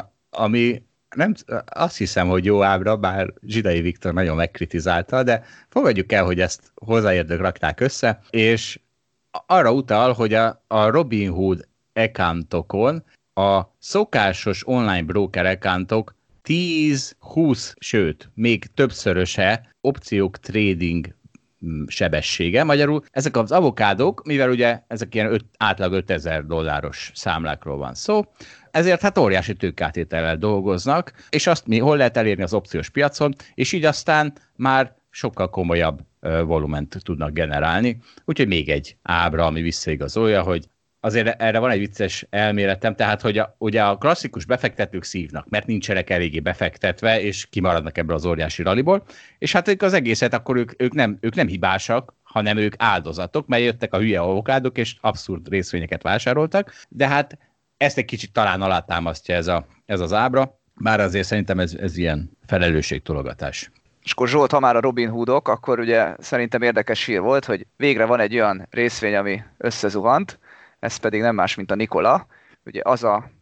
ami nem, azt hiszem, hogy jó ábra, bár Zsidai Viktor nagyon megkritizálta, de fogadjuk el, hogy ezt hozzáérdők rakták össze, és arra utal, hogy a, a Robinhood accountokon a szokásos online broker accountok tíz, húsz, sőt, még többszöröse opciók trading sebessége. Magyarul ezek az avokádók, mivel ugye ezek ilyen öt, átlag ötezer dolláros számlákról van szó, ezért hát óriási tőkeáttétellel dolgoznak, és azt mi hol lehet elérni az opciós piacon, és így aztán már sokkal komolyabb volument tudnak generálni. Úgyhogy még egy ábra, ami visszaigazolja, hogy azért erre van egy vicces elméletem, tehát hogy a, ugye a klasszikus befektetők szívnak, mert nincsenek eléggé befektetve, és kimaradnak ebből az óriási ralliból, és hát ők az egészet akkor ők, ők, nem, ők nem hibásak, hanem ők áldozatok, mert jöttek a hülye avokádok, és abszurd részvényeket vásároltak, de hát ezt egy kicsit talán alátámasztja ez, a, ez az ábra, bár azért szerintem ez, ez ilyen felelősségtologatás. És akkor Zsolt, ha már a Robinhoodok, akkor ugye szerintem érdekes hír volt, hogy végre van egy olyan részvény, ami összezuhant, ez pedig nem más, mint a Nikola. Ugye az a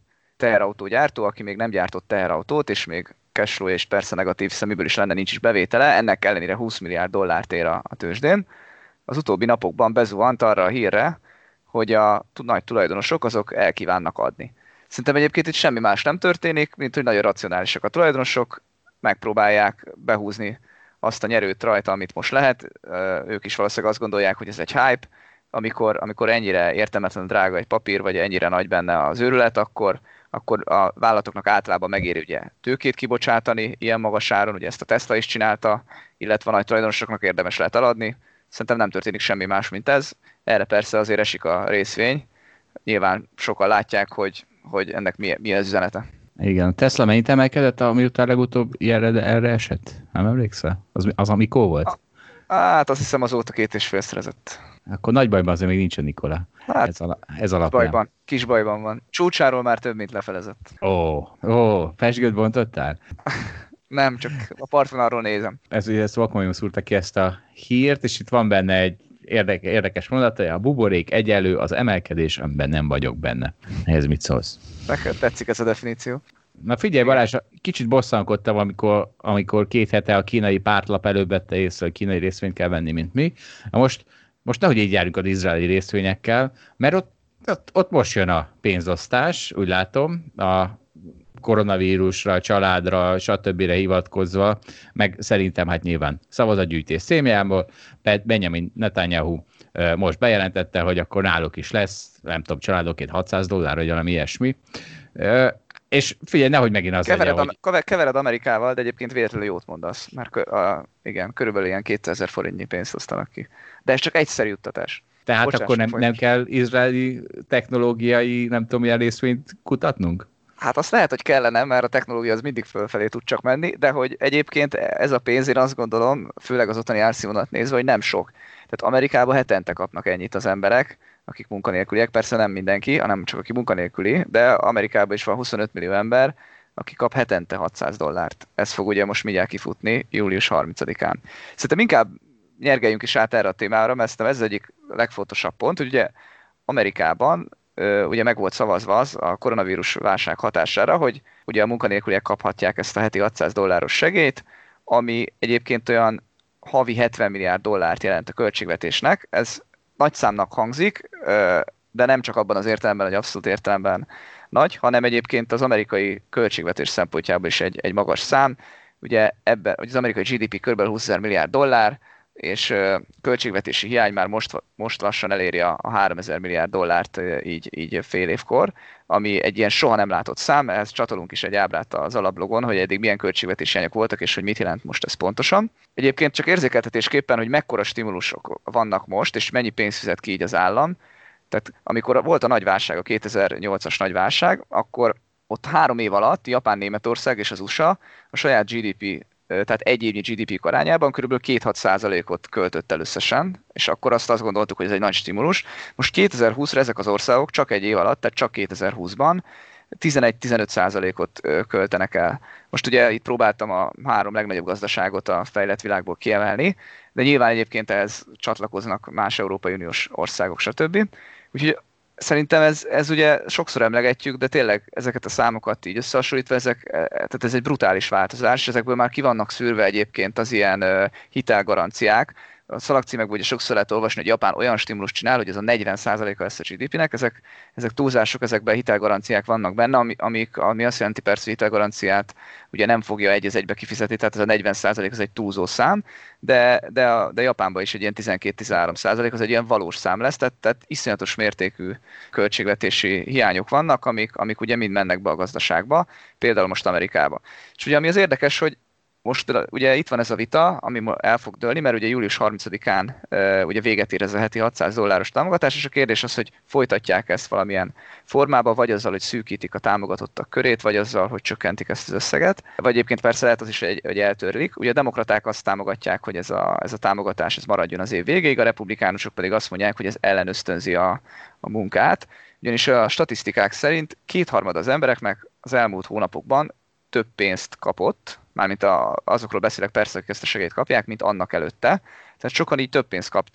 teherautógyártó, aki még nem gyártott teherautót, és még cashflow és persze negatív szeméből is lenne, nincs is bevétele, ennek ellenére húsz milliárd dollárt ér a, a tőzsdén. Az utóbbi napokban bezuhant arra a hírre, hogy a nagy tulajdonosok azok elkívánnak adni. Szerintem egyébként itt semmi más nem történik, mint hogy nagyon racionálisak a tulajdonosok, megpróbálják behúzni azt a nyerőt rajta, amit most lehet. Ők is valószínűleg azt gondolják, hogy ez egy hype. Amikor, amikor ennyire értelmetlen drága egy papír, vagy ennyire nagy benne az őrület, akkor, akkor a vállalatoknak általában megéri ugye tőkét kibocsátani ilyen magas áron, ugye ezt a Tesla is csinálta, illetve a nagy tulajdonosoknak érdemes lehet eladni. Szerintem nem történik semmi más, mint ez. Erre persze azért esik a részvény. Nyilván sokan látják, hogy, hogy ennek mi, mi az üzenete. Igen, a Tesla mennyit emelkedett, miután legutóbb ilyenre erre esett? Nem emlékszel? Az, az amikor volt? A, hát azt hiszem azóta két és félszerezett. Akkor nagy bajban azért még nincsen Nikola. Hát, ez, ala, ez alapján. Bajban, kis bajban van. Csúcsáról már több, mint lefelezett. Ó, ó, pezsgőt bontottál? Nem, csak a partvonalról nézem. Ez ugye Vakmajom szúrta ki ezt a hírt, és itt van benne egy érdekes, érdekes mondat, hogy a buborék egyenlő az emelkedés, amiben nem vagyok benne. Ehhez mit szólsz? Neked tetszik ez a definíció? Na figyelj Balázs, kicsit bosszankodtam, amikor, amikor két hete a kínai pártlap előbb vette észre, hogy kínai részvényt kell venni, mint mi. Na most, most nehogy így járjunk az izraeli részvényekkel, mert ott, ott, ott most jön a pénzosztás, úgy látom, a koronavírusra, családra, stb. Hivatkozva, meg szerintem hát nyilván szavazatgyűjtés céljából, Benjamin Netanyahu most bejelentette, hogy akkor náluk is lesz, nem tudom, családokért hatszáz dollár, vagy valami ilyesmi. És figyelj, nehogy megint az kevered, legyen, hogy... kevered Amerikával, de egyébként véletlenül jót mondasz, mert kö, a, igen, körülbelül ilyen kétezer forintnyi pénzt osztanak ki. De ez csak egyszerű juttatás. Tehát Bocsáss, akkor nem, nem kell izraeli technológiai, nem tudom, milyen részvényt kutatnunk? Hát azt lehet, hogy kellene, mert a technológia az mindig fölfelé tud csak menni, de hogy egyébként ez a pénz, én azt gondolom, főleg az ottani árszínvonalat nézve, hogy nem sok. Tehát Amerikában hetente kapnak ennyit az emberek, akik munkanélküliek, persze nem mindenki, hanem csak aki munkanélküli, de Amerikában is van huszonöt millió ember, aki kap hetente hatszáz dollárt. Ez fog ugye most mindjárt kifutni július harmincadikán. Szerintem inkább nyergeljünk is át erre a témára, mert ez az egyik legfontosabb pont, hogy ugye Amerikában ugye meg volt szavazva az a koronavírus válság hatására, hogy ugye a munkanélküliek kaphatják ezt a heti hatszáz dolláros segélyt, ami egyébként olyan havi hetven milliárd dollárt jelent a költségvetésnek. Ez nagy számnak hangzik, de nem csak abban az értelemben, hogy abszolút értelemben nagy, hanem egyébként az amerikai költségvetés szempontjából is egy, egy magas szám. Ugye ebben, az amerikai gé dé pé kb. húszezer milliárd dollár, és költségvetési hiány már most, most lassan eléri a háromezer milliárd dollárt így, így fél évkor, ami egy ilyen soha nem látott szám, ehhez csatolunk is egy ábrát az alaplogon, hogy eddig milyen költségvetési hiányok voltak, és hogy mit jelent most ez pontosan. Egyébként csak érzékeltetésképpen, hogy mekkora stimulusok vannak most, és mennyi pénzt fizet ki így az állam. Tehát amikor volt a nagy válság, a kétezer-nyolcas nagy válság, akkor ott három év alatt Japán, Németország és az u es á a saját gé dé pé, tehát egy évnyi gé dé pé arányában kb. két-hat százalékot költött el összesen, és akkor azt azt gondoltuk, hogy ez egy nagy stimulus. Most kétezer-húszra ezek az országok csak egy év alatt, tehát csak kétezer-húszban tizenegy-tizenöt százalékot költenek el. Most ugye itt próbáltam a három legnagyobb gazdaságot a fejlett világból kiemelni, de nyilván egyébként ehhez csatlakoznak más Európai Uniós országok, stb. Úgyhogy szerintem ez, ez ugye sokszor emlegetjük, de tényleg ezeket a számokat így összehasonlítva, ezek, tehát ez egy brutális változás, és ezekből már ki vannak szűrve egyébként az ilyen uh, hitelgaranciák. A szalagcímekből ugye sokszor lehet olvasni, hogy Japán olyan stimulus csinál, hogy ez a negyven százaléka lesz a gé dé pének, ezek, ezek túlzások, ezekben hitelgaranciák vannak benne, ami, amik, ami azt jelenti persze, hogy hitelgaranciát ugye nem fogja egy az egybe kifizetni, tehát ez a negyven százalék az egy túlzó szám, de, de, a, de Japánban is egy ilyen tizenkét-tizenhárom százalék az egy ilyen valós szám lesz, tehát, tehát iszonyatos mértékű költségvetési hiányok vannak, amik, amik ugye mind mennek be a gazdaságba, például most Amerikába. És ugye ami az érdekes, hogy most ugye itt van ez a vita, ami el fog dőlni, mert ugye július harmincadikán uh, ugye véget ér ez a heti hatszáz dolláros támogatás, és a kérdés az, hogy folytatják ezt valamilyen formában, vagy azzal, hogy szűkítik a támogatottak körét, vagy azzal, hogy csökkentik ezt az összeget, vagy egyébként persze lehet az is, hogy, hogy eltörlik. Ugye a demokraták azt támogatják, hogy ez a, ez a támogatás ez maradjon az év végéig, a republikánusok pedig azt mondják, hogy ez ellenösztönzi a, a munkát, ugyanis a statisztikák szerint kétharmad az embereknek az elmúlt hónapokban több pénzt kapott, mármint a, azokról beszélek persze, akik ezt a segélyt kapják, mint annak előtte. Tehát sokan így több pénzt kaptak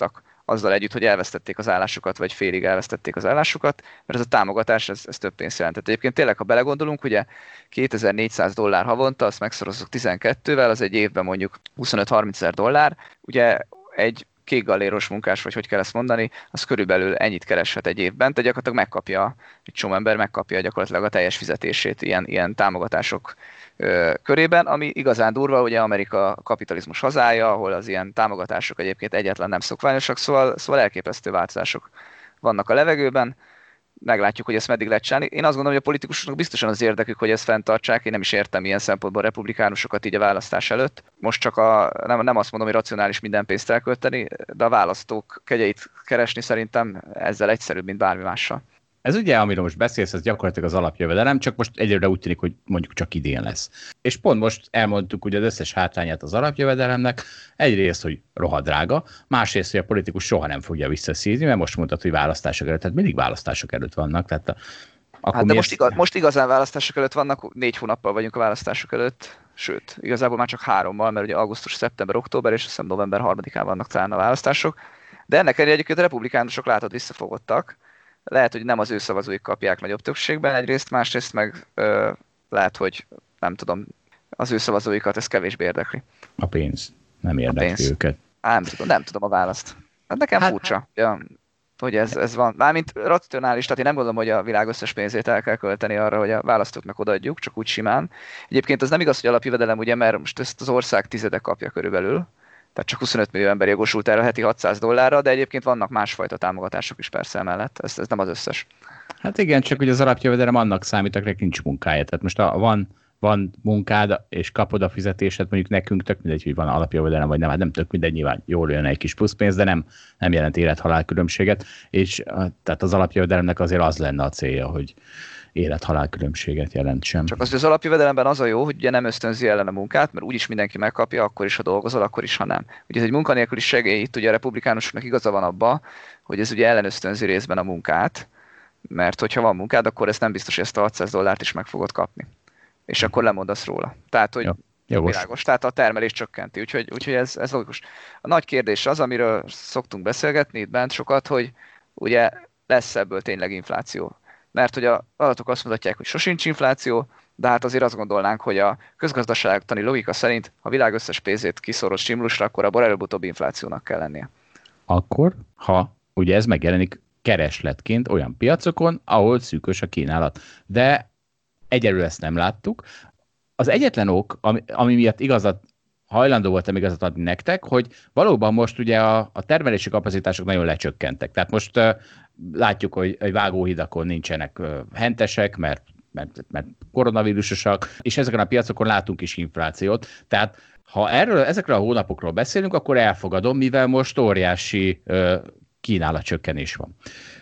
azzal együtt, hogy elvesztették az állásukat, vagy félig elvesztették az állásukat, mert ez a támogatás, ez, ez több pénzt jelentett. Egyébként tényleg, ha belegondolunk, ugye kétezer-négyszáz dollár havonta, azt megszorozzuk tizenkettővel, az egy évben mondjuk huszonöt-harminc ezer dollár, ugye egy kék galléros munkás, vagy hogy kell ezt mondani, az körülbelül ennyit kereshet egy évben, tehát gyakorlatilag megkapja, egy csomó ember megkapja gyakorlatilag a teljes fizetését ilyen, ilyen támogatások ö, körében, ami igazán durva, ugye Amerika kapitalizmus hazája, ahol az ilyen támogatások egyébként egyáltalán nem szokványosak, szóval, szóval elképesztő változások vannak a levegőben. Meglátjuk, hogy ezt meddig lehet csinálni. Én azt gondolom, hogy a politikusoknak biztosan az érdekük, hogy ezt fenntartsák. Én nem is értem ilyen szempontból a republikánusokat így a választás előtt. Most csak a, nem, nem azt mondom, hogy racionális minden pénzt elkölteni, de a választók kegyeit keresni szerintem ezzel egyszerűbb, mint bármi mással. Ez ugye, amiről most beszélsz, ez gyakorlatilag az alapjövedelem, csak most egyre úgy tűnik, hogy mondjuk csak idén lesz. És pont most elmondtuk ugye az összes hátrányát az alapjövedelemnek, egyrészt, hogy rohadrága, másrészt, hogy a politikus soha nem fogja visszaszízni, mert most mondtad, hogy választások előtt, tehát mindig választások előtt vannak. Tehát a, hát de most, igaz, most igazán választások előtt vannak, négy hónappal vagyunk a választások előtt, sőt, igazából már csak hárommal, mert ugye augusztus, szeptember, október és azt hiszem november harmadikán vannak talán a választások, de ennek ellenére egyébként a republikánusok látod visszafogottak. Lehet, hogy nem az ő szavazóik kapják nagyobb többségben egyrészt, másrészt meg ö, lehet, hogy nem tudom, az ő szavazóikat ez kevésbé érdekli. A pénz nem érdekli őket. Á, nem tudom, nem tudom a választ. Hát nekem hát, furcsa, ja, hogy ez, ez van. Mármint racionális, tehát én nem gondolom, hogy a világ összes pénzét el kell költeni arra, hogy a választóknak odaadjuk, csak úgy simán. Egyébként az nem igaz, hogy alapjövedelem, ugye, mert most ezt az ország tizede kapja körülbelül. Tehát csak huszonöt millió ember jogosult erre heti hatszáz dollárra, de egyébként vannak másfajta támogatások is persze emellett, ez, ez nem az összes. Hát igen, csak hogy az alapjövedelem annak számít, akinek nincs munkája. Tehát most a, van, van munkád, és kapod a fizetésed, mondjuk nekünk tök mindegy, hogy van alapjövedelem, vagy nem, hát nem tök mindegy, nyilván jól jön egy kis pluszpénz, de nem, nem jelent élet-halál különbséget, és tehát az alapjövedelemnek azért az lenne a célja, hogy élet-halál különbséget jelent sem. Csak az, az alapjövedelemben az a jó, hogy ugye nem ösztönzi ellen a munkát, mert úgyis mindenki megkapja, akkor is, ha dolgozol, akkor is, ha nem. Ugye ez egy munkanélküli segély, itt ugye a republikánusoknak igaza van abba, hogy ez ugye ellenösztönzi részben a munkát, mert hogyha van munkád, akkor ezt nem biztos, hogy ezt a hatszáz dollárt is meg fogod kapni. És akkor lemondasz róla. Tehát, hogy ja, világos. Tehát a termelés csökkenti, úgyhogy, úgyhogy ez, ez logikus. A nagy kérdés az, amiről szoktunk beszélgetni itt bent sokat, hogy ugye lesz ebből tényleg infláció. Mert hogy a adatok azt mutatják, hogy sosincs infláció, de hát azért azt gondolnánk, hogy a közgazdaságtani logika szerint, ha a világ összes pénzét kiszoroz simlusra, akkor abban előbb-utóbb inflációnak kell lennie. Akkor, ha ugye ez megjelenik keresletként olyan piacokon, ahol szűkös a kínálat. De egyelőre ezt nem láttuk. Az egyetlen ok, ami, ami miatt igazat, hajlandó voltam igazat adni nektek, hogy valóban most ugye a, a termelési kapacitások nagyon lecsökkentek. Tehát most uh, látjuk, hogy egy vágóhidakon nincsenek uh, hentesek, mert, mert, mert koronavírusosak, és ezeken a piacokon látunk is inflációt. Tehát ha erről, ezekről a hónapokról beszélünk, akkor elfogadom, mivel most óriási uh, kínálatcsökkenés van.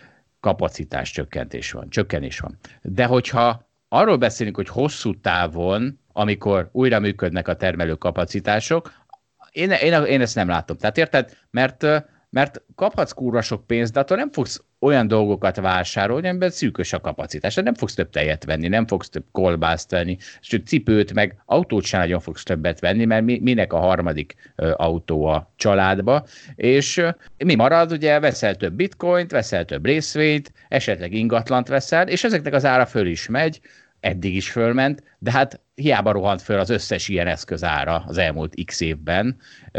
Kapacitás csökkentés van, csökkenés van. De hogyha arról beszélünk, hogy hosszú távon, amikor újra működnek a termelőkapacitások, én, én, én ezt nem látom. Tehát érted? Mert, mert kaphatsz kurva sok pénzt, de attól nem fogsz olyan dolgokat vásárolni, amiben szűkös a kapacitás. Nem fogsz több tejet venni, nem fogsz több kolbászt venni, sőt cipőt, meg autót sem nagyon fogsz többet venni, mert mi, minek a harmadik ö, autó a családba. És ö, mi marad? Ugye veszel több bitcoint, veszel több részvényt, esetleg ingatlant veszel, és ezeknek az ára föl is megy, eddig is fölment, de hát hiába rohant föl az összes ilyen eszköz ára az elmúlt x évben,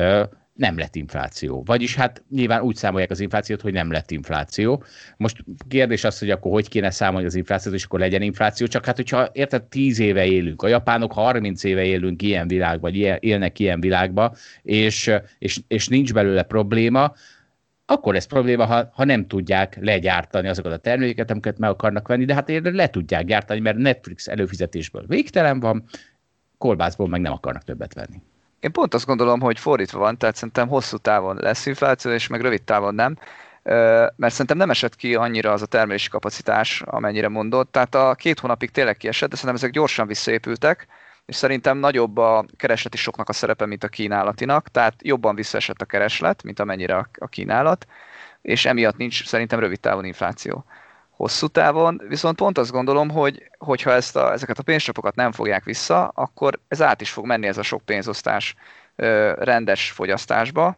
nem lett infláció. Vagyis hát nyilván úgy számolják az inflációt, hogy nem lett infláció. Most kérdés az, hogy akkor hogy kéne számolni az inflációt, és akkor legyen infláció, csak hát hogyha érted, tíz éve élünk, a japánok harminc éve élünk ilyen világban, vagy ilyen, élnek ilyen világba, és, és, és nincs belőle probléma, akkor ez probléma, ha, ha nem tudják legyártani azokat a termékeket, amiket meg akarnak venni, de hát le tudják gyártani, mert Netflix előfizetésből végtelen van, kolbászból meg nem akarnak többet venni. Én pont azt gondolom, hogy fordítva van, tehát szerintem hosszú távon lesz infláció, és meg rövid távon nem, mert szerintem nem esett ki annyira az a termelési kapacitás, amennyire mondott, tehát a két hónapig tényleg kiesett, de szerintem ezek gyorsan visszaépültek, és szerintem nagyobb a keresleti soknak a szerepe, mint a kínálatinak, tehát jobban visszaesett a kereslet, mint amennyire a kínálat, és emiatt nincs szerintem rövid távon infláció. Hosszú távon viszont pont azt gondolom, hogy hogyha ezt a, ezeket a pénzcsapokat nem fogják vissza, akkor ez át is fog menni ez a sok pénzosztás ö, rendes fogyasztásba,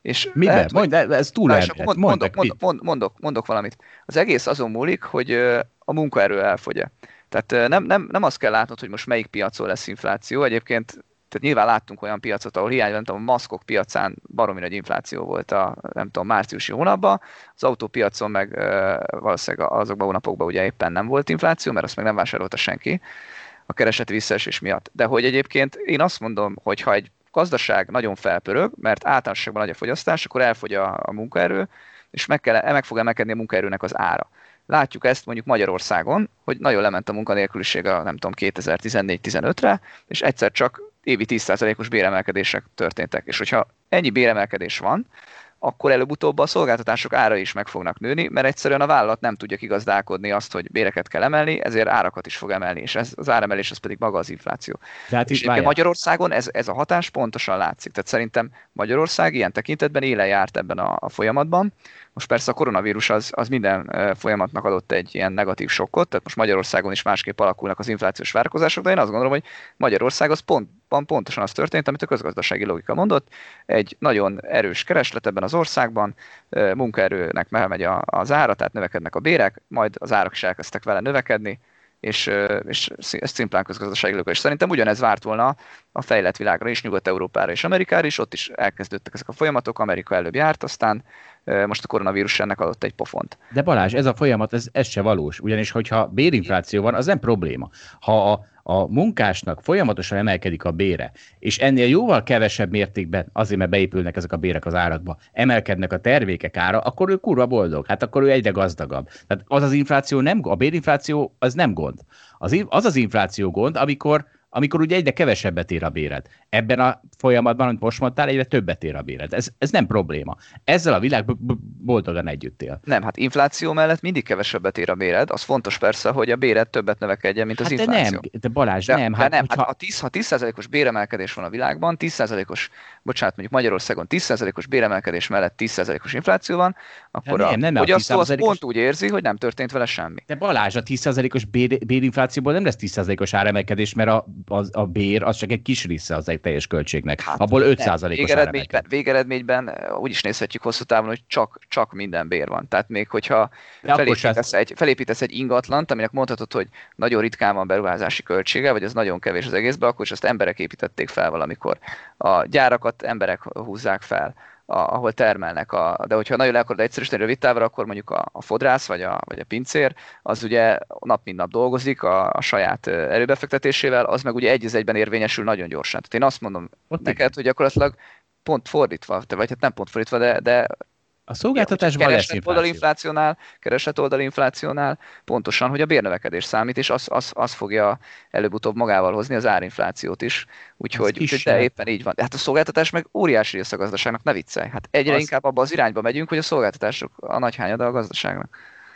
És Miben? lehet, Mondj, ez túl elmélet. Mond, mondok, mondok, mondok, mondok, mondok valamit. Az egész azon múlik, hogy a munkaerő elfogy. Tehát nem, nem, nem azt kell látnod, hogy most melyik piacon lesz infláció. Egyébként tehát nyilván láttunk olyan piacot, ahol hiány, nem tudom, a maszkok piacán baromi nagy infláció volt a, nem tudom, márciusi hónapban. Az autópiacon meg valószínűleg azokban a hónapokban ugye éppen nem volt infláció, mert azt meg nem vásárolta senki a kereseti visszaesés miatt. De hogy egyébként én azt mondom, hogy ha egy gazdaság nagyon felpörög, mert általánosságban nagy a fogyasztás, akkor elfogy a, a munkaerő, és meg, kell, meg fog emelkedni a munkaerőnek az ára. Látjuk ezt mondjuk Magyarországon, hogy nagyon lement a munkanélküliség a nem tudom kétezer-tizennégy-tizenötre, és egyszer csak évi tíz százalékos béremelkedések történtek. És hogyha ennyi béremelkedés van, akkor előbb-utóbb a szolgáltatások ára is meg fognak nőni, mert egyszerűen a vállalat nem tudja kigazdálkodni azt, hogy béreket kell emelni, ezért árakat is fog emelni, és ez, az áremelés az pedig maga az infláció. Hát és Magyarországon ez, ez a hatás pontosan látszik. Tehát szerintem Magyarország ilyen tekintetben élen járt ebben a, a folyamatban. Most persze a koronavírus az, az minden folyamatnak adott egy ilyen negatív sokkot, tehát most Magyarországon is másképp alakulnak az inflációs várakozások, de én azt gondolom, hogy Magyarország az pont, pontosan az történt, amit a közgazdasági logika mondott. Egy nagyon erős kereslet ebben az országban, munkaerőnek megmegy az ára, tehát növekednek a bérek, majd az árak is elkezdtek vele növekedni, és, és ez szimplán közgazdasági logika. És szerintem ugyanez várt volna a fejlett világra is, Nyugat-Európára és Amerikára is, ott is elkezdődtek ezek a folyamatok, Amerika előbb járt, aztán most a koronavírus ennek adott egy pofont. De Balázs, ez a folyamat, ez, ez se valós, ugyanis hogyha bérinfláció van, az nem probléma. Ha a, a munkásnak folyamatosan emelkedik a bére, és ennél jóval kevesebb mértékben, azért mert beépülnek ezek a bérek az árakba, emelkednek a termékek ára, akkor ő kurva boldog, hát akkor ő egyre gazdagabb. Tehát az az infláció nem, a bérinfláció az nem gond. Az az, az infláció gond, amikor amikor ugye egyre kevesebbet ér a béred. Ebben a folyamatban, amit most mondtál, egyre többet ér a béred. Ez, ez nem probléma. Ezzel a világ boldogan együtt él. Nem, hát infláció mellett mindig kevesebbet ér a béred. Az fontos persze, hogy a béred többet növekedjen, mint az hát infláció. De nem, de Balázs, de, nem. De hát, nem, hogyha... hát ha tíz, ha tíz százalékos béremelkedés van a világban, tíz százalékos, bocsánat, mondjuk Magyarországon tíz százalékos béremelkedés mellett tíz százalékos infláció van, akkor nem, nem, nem, a fogyasztó az pont úgy érzi, hogy nem történt vele semmi. De Balázs, a tíz százalékos bér, bérinflációból nem lesz tíz százalékos áremelkedés, mert a, a, a bér az csak egy kis része az egy teljes költségnek. Hát, abból öt százalékos végeredményben, végeredményben úgy is nézhetjük hosszú távon, hogy csak, csak minden bér van. Tehát még hogyha felépítesz egy, felépítesz egy ingatlant, aminek mondhatod, hogy nagyon ritkán van beruházási költsége, vagy ez nagyon kevés az egészben, akkor is azt emberek építették fel valamikor. A gyárakat emberek húzzák fel, a, ahol termelnek. A, de hogyha nagyon le akarod egyszerűsíteni rövid távra, akkor mondjuk a, a fodrász vagy a, vagy a pincér, az ugye nap mint nap dolgozik a, a saját erőbefektetésével, az meg ugye egy az egyben érvényesül nagyon gyorsan. Tehát én azt mondom Ott neked, igen. hogy gyakorlatilag pont fordítva, vagy hát nem pont fordítva, de, de a szolgáltatásban lesz infláció. inflációnál, kereslet oldali inflációnál pontosan, hogy a bérnövekedés számít, és az, az, az fogja előbb-utóbb magával hozni az árinflációt is. Úgyhogy, úgyhogy de éppen így van. Hát a szolgáltatás meg óriási része a gazdaságnak, ne viccelj. Hát egyre az... inkább abba az irányba megyünk, hogy a szolgáltatások a nagy hányada a gazdaságnak.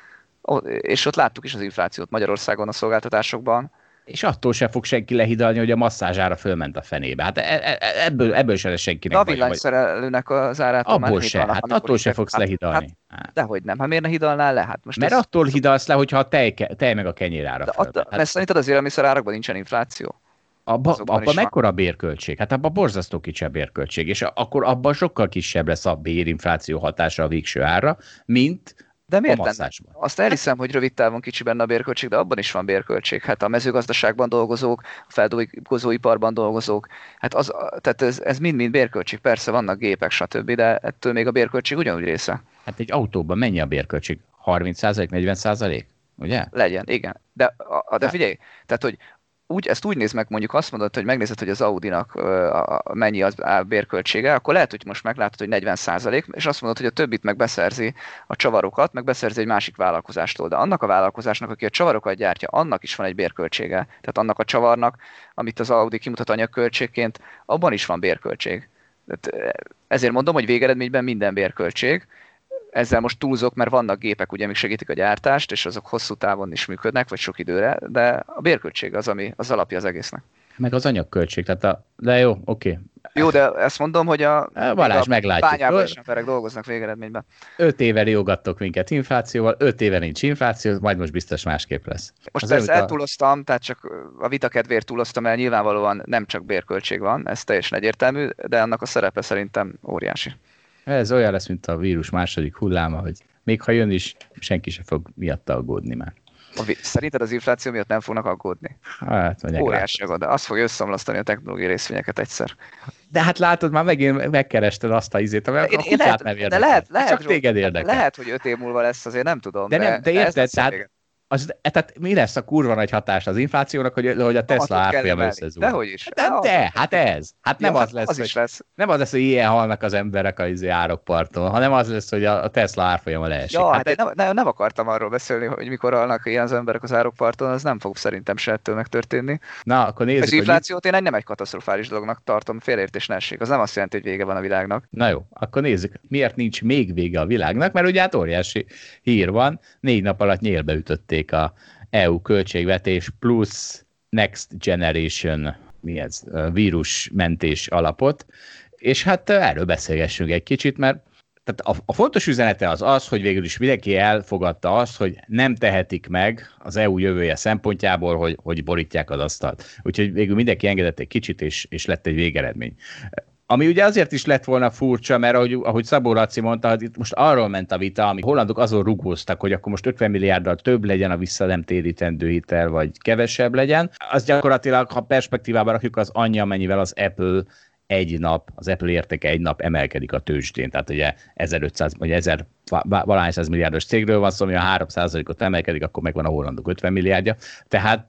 És ott láttuk is az inflációt Magyarországon a szolgáltatásokban. És attól se fog senki lehidalni, hogy a masszázsára fölment a fenébe. Hát ebből, ebből se lesz senkinek. De a villanyszerelőnek az árától abból már se, hát attól se fogsz hát, lehidalni. Hát, dehogy nem, hát miért ne hidalnál le? Hát most mert ez... attól hidalsz le, hogyha a tej, tej meg a kenyér ára fölment. Hát... Mert szerinted az élelmiszer árakban nincsen infláció? Abba, abba mekkora bérköltség? Hát abban borzasztó kicsi a bérköltség, és akkor abban sokkal kisebb lesz a bérinfláció hatása a végső ára, mint de miért nem? Azt elhiszem, hogy rövid távon kicsi benne a bérköltség, de abban is van bérköltség. Hát a mezőgazdaságban dolgozók, a feldolgozóiparban dolgozók, hát az, tehát ez, ez mind-mind bérköltség. Persze vannak gépek, stb., de ettől még a bérköltség ugyanúgy része. Hát egy autóban mennyi a bérköltség? harminc százalék, negyven százalék? Ugye? Legyen, igen. De, de figyelj, tehát, hogy úgy, ezt úgy néz meg, mondjuk azt mondod, hogy megnézed, hogy az Audinak uh, mennyi az a bérköltsége, akkor lehet, hogy most meglátod, hogy negyven százalék, és azt mondod, hogy a többit meg beszerzi a csavarokat, meg beszerzi egy másik vállalkozástól. De annak a vállalkozásnak, aki a csavarokat gyártja, annak is van egy bérköltsége. Tehát annak a csavarnak, amit az Audi kimutat anyagköltségként, abban is van bérköltség. Tehát ezért mondom, hogy végeredményben minden bérköltség. Ezzel most túlzok, mert vannak gépek, ugye, amik segítik a gyártást, és azok hosszú távon is működnek, vagy sok időre, de a bérköltség az, ami az alapja az egésznek. Meg az anyagköltség, tehát a... de jó, oké. Okay. Jó, de ezt mondom, hogy a, Balázs, a bányában is emberek dolgoznak végeredményben. Öt éve riogattok minket inflációval, öt éve nincs infláció, majd most biztos másképp lesz. Most az persze eltúloztam, tehát csak a vita kedvéért túloztam el, nyilvánvalóan nem csak bérköltség van, ez teljesen egyértelmű, de annak a szerepe szerintem óriási. Ez olyan lesz, mint a vírus második hulláma, hogy még ha jön is, senki sem fog miatta aggódni már. Szerinted az infláció miatt nem fognak aggódni? Hát, óriási agod, de azt fogja összeomlasztani a technológiai részvényeket egyszer. De hát látod, már megint megkerested azt a izét, amely én, a én lehet, nem de lehet, lehet, csak téged érdekel. Lehet, hogy öt év múlva lesz, azért nem tudom. De, de, nem, de de érted, tehát, az, tehát mi lesz a kurva nagy hatás az inflációnak, hogy, hogy a Tesla árfolyam összezúg? Dehogy is. De, de, de hát ez. Hát nem ja, az lesz, az is lesz. Nem az lesz, hogy ilyen halnak az emberek az árokparton, hanem az lesz, hogy a Tesla árfolyama leesik. Ja, hát hát nem, nem, nem akartam arról beszélni, hogy mikor halnak ilyen az emberek az árokparton, az nem fog szerintem se ettől megtörténni. Na, akkor nézzük, az inflációt én nem egy katasztrofális dolognak tartom, félreértés ne essék. Az nem azt jelenti, hogy vége van a világnak. Na jó, akkor nézzük, miért nincs még vége a világnak, mert ugye hát óriási hír van, négy nap alatt nyélbe ütötték a é u költségvetés plusz Next Generation mi ez, vírusmentés alapot, és hát erről beszélgessünk egy kicsit, mert tehát a, a fontos üzenete az az, hogy végül is mindenki elfogadta azt, hogy nem tehetik meg az é u jövője szempontjából, hogy, hogy borítják az asztalt. Úgyhogy végül mindenki engedett egy kicsit, és, és lett egy végeredmény. Ami ugye azért is lett volna furcsa, mert ahogy, ahogy Szabó Laci mondta, hogy itt most arról ment a vita, ami hollandok azon rugóztak, hogy akkor most ötven milliárddal több legyen a vissza nem térítendő hitel, vagy kevesebb legyen. Az gyakorlatilag, ha perspektívába rakjuk, az annyi, amennyivel az Apple egy nap, az Apple értéke egy nap emelkedik a tőzsdén. Tehát ugye ezerötszáz vagy ezer valahány száz milliárdos cégről van szó, ami a három százalékot emelkedik, akkor megvan a hollandok ötven milliárdja. Tehát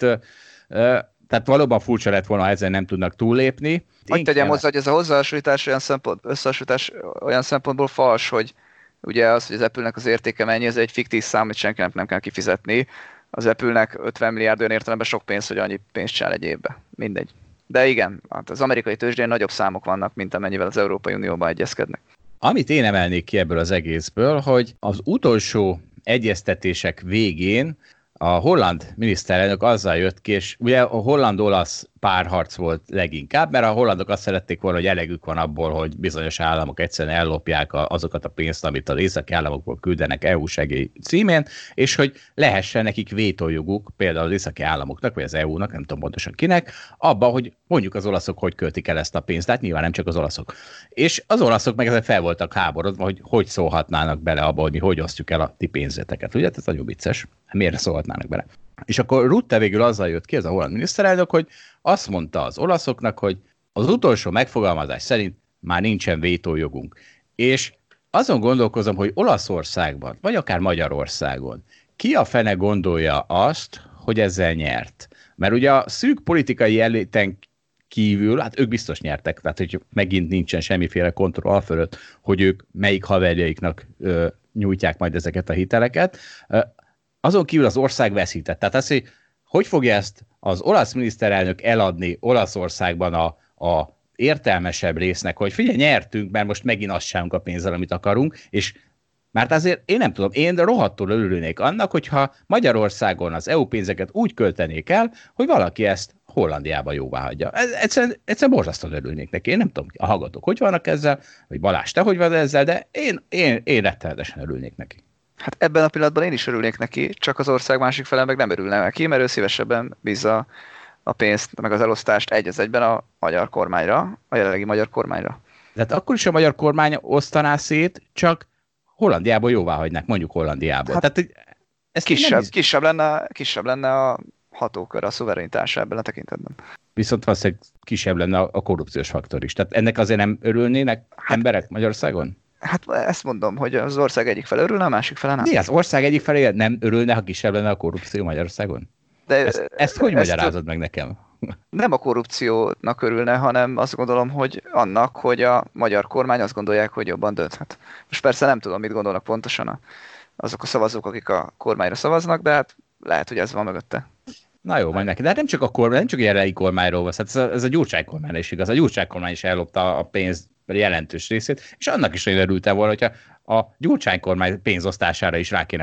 Tehát valóban furcsa lett volna, ha ezzel nem tudnak túllépni. Hogy tegyem hozzá, hogy ez a hozzáhasonlítás olyan, szempont, összehasonlítás olyan szempontból fals, hogy ugye az, hogy az Apple-nek az értéke mennyi, ez egy fiktív szám, amit senkinek nem kell kifizetni. Az Apple-nek ötven milliárd olyan értelemben sok pénz, hogy annyi pénzt csinál egy évbe. Mindegy. De igen, hát az amerikai tőzsdén nagyobb számok vannak, mint amennyivel az Európai Unióban egyezkednek. Amit én emelnék ki ebből az egészből, hogy az utolsó egyeztetések végén a holland miniszterelnök azzal jött ki, és ugye a holland-olasz párharc volt leginkább, mert a hollandok azt szerették volna, hogy elegük van abból, hogy bizonyos államok egyszerűen ellopják azokat a pénzt, amit az északi államokból küldenek é u segély címén, és hogy lehessen nekik vétójoguk, például az északi államoknak, vagy az é u-nak, nem tudom pontosan kinek, abban, hogy mondjuk az olaszok hogy költik el ezt a pénzt, tehát nyilván nem csak az olaszok. És az olaszok meg ezzel fel voltak háborodva, hogy hogy szólhatnának bele abba, hogy mi hogy osztjuk el a ti pénzeteket. Ugye, ez nagyon vicces. Miért szólhatnának bele? És akkor Rutte végül azzal jött ki, ez a holland miniszterelnök, hogy azt mondta az olaszoknak, hogy az utolsó megfogalmazás szerint már nincsen vétójogunk. És azon gondolkozom, hogy Olaszországban, vagy akár Magyarországon ki a fene gondolja azt, hogy ezzel nyert. Mert ugye a szűk politikai eléten kívül, hát ők biztos nyertek, tehát hogy megint nincsen semmiféle kontroll fölött, hogy ők melyik haverjaiknak ö, nyújtják majd ezeket a hiteleket. Ö, azon kívül az ország veszített. Tehát az, hogy hogy fogja ezt az olasz miniszterelnök eladni Olaszországban a, a értelmesebb résznek, hogy figyelj, nyertünk, mert most megint azt sem a pénzzel, amit akarunk, és mert azért én nem tudom, én rohadtul örülnék annak, hogyha Magyarországon az é u pénzeket úgy költenék el, hogy valaki ezt Hollandiába jóvá hagyja. Egyszerűen, egyszerűen borzasztóan örülnék neki. Én nem tudom, a hallgatók hogy vannak ezzel, vagy Balázs, te hogy van ezzel, de én, én, én rettenetesen örülnék neki. Hát ebben a pillanatban én is örülnék neki, csak az ország másik fele meg nem örülne neki, mert ő szívesebben bízza a pénzt, meg az elosztást egy az egyben a magyar kormányra, a jelenlegi magyar kormányra. Tehát akkor is a magyar kormány osztaná szét, csak Hollandiából jóvá hagynák, mondjuk Hollandiából. Hát Tehát ez kisebb, is... kisebb, lenne, kisebb lenne a hatókör, a szuverenitása ebben a tekintetben. Viszont valószínűleg kisebb lenne a korrupciós faktor is. Tehát ennek azért nem örülnének hát, emberek Magyarországon? Hát ezt mondom, hogy az ország egyik fele örülne, a másik fele nem. De az ország egyik felé nem örülne, ha kisebb lenne a korrupció Magyarországon? De ezt, ezt hogy ezt magyarázod meg nekem? Nem a korrupciónak örülne, hanem azt gondolom, hogy annak, hogy a magyar kormány azt gondolják, hogy jobban dönthet. Most persze nem tudom, mit gondolnak pontosan a, azok a szavazók, akik a kormányra szavaznak, de hát lehet, hogy ez van mögötte. Na jó, majd neki. De hát nem csak a kormány, nem csak a jelenlegi kormányról van, hát ez a, ez a Gyurcsány kormány is igaz. A Gyurcsány kormány is ellopta a pénz jelentős részét, és annak is nagyon örültem volna, hogyha a Gyurcsány kormány pénzosztására is rá kéne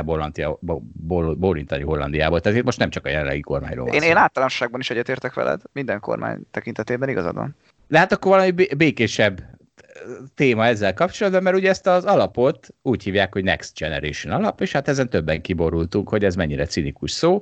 bólintani Hollandiából. Tehát itt most nem csak a jelenlegi kormányról van. Én, én általánosságban is egyetértek veled, minden kormány tekintetében igazad van. De hát akkor valami békésebb téma ezzel kapcsolatban, mert ugye ezt az alapot úgy hívják, hogy Next Generation alap, és hát ezen többen kiborultunk, hogy ez mennyire cinikus szó,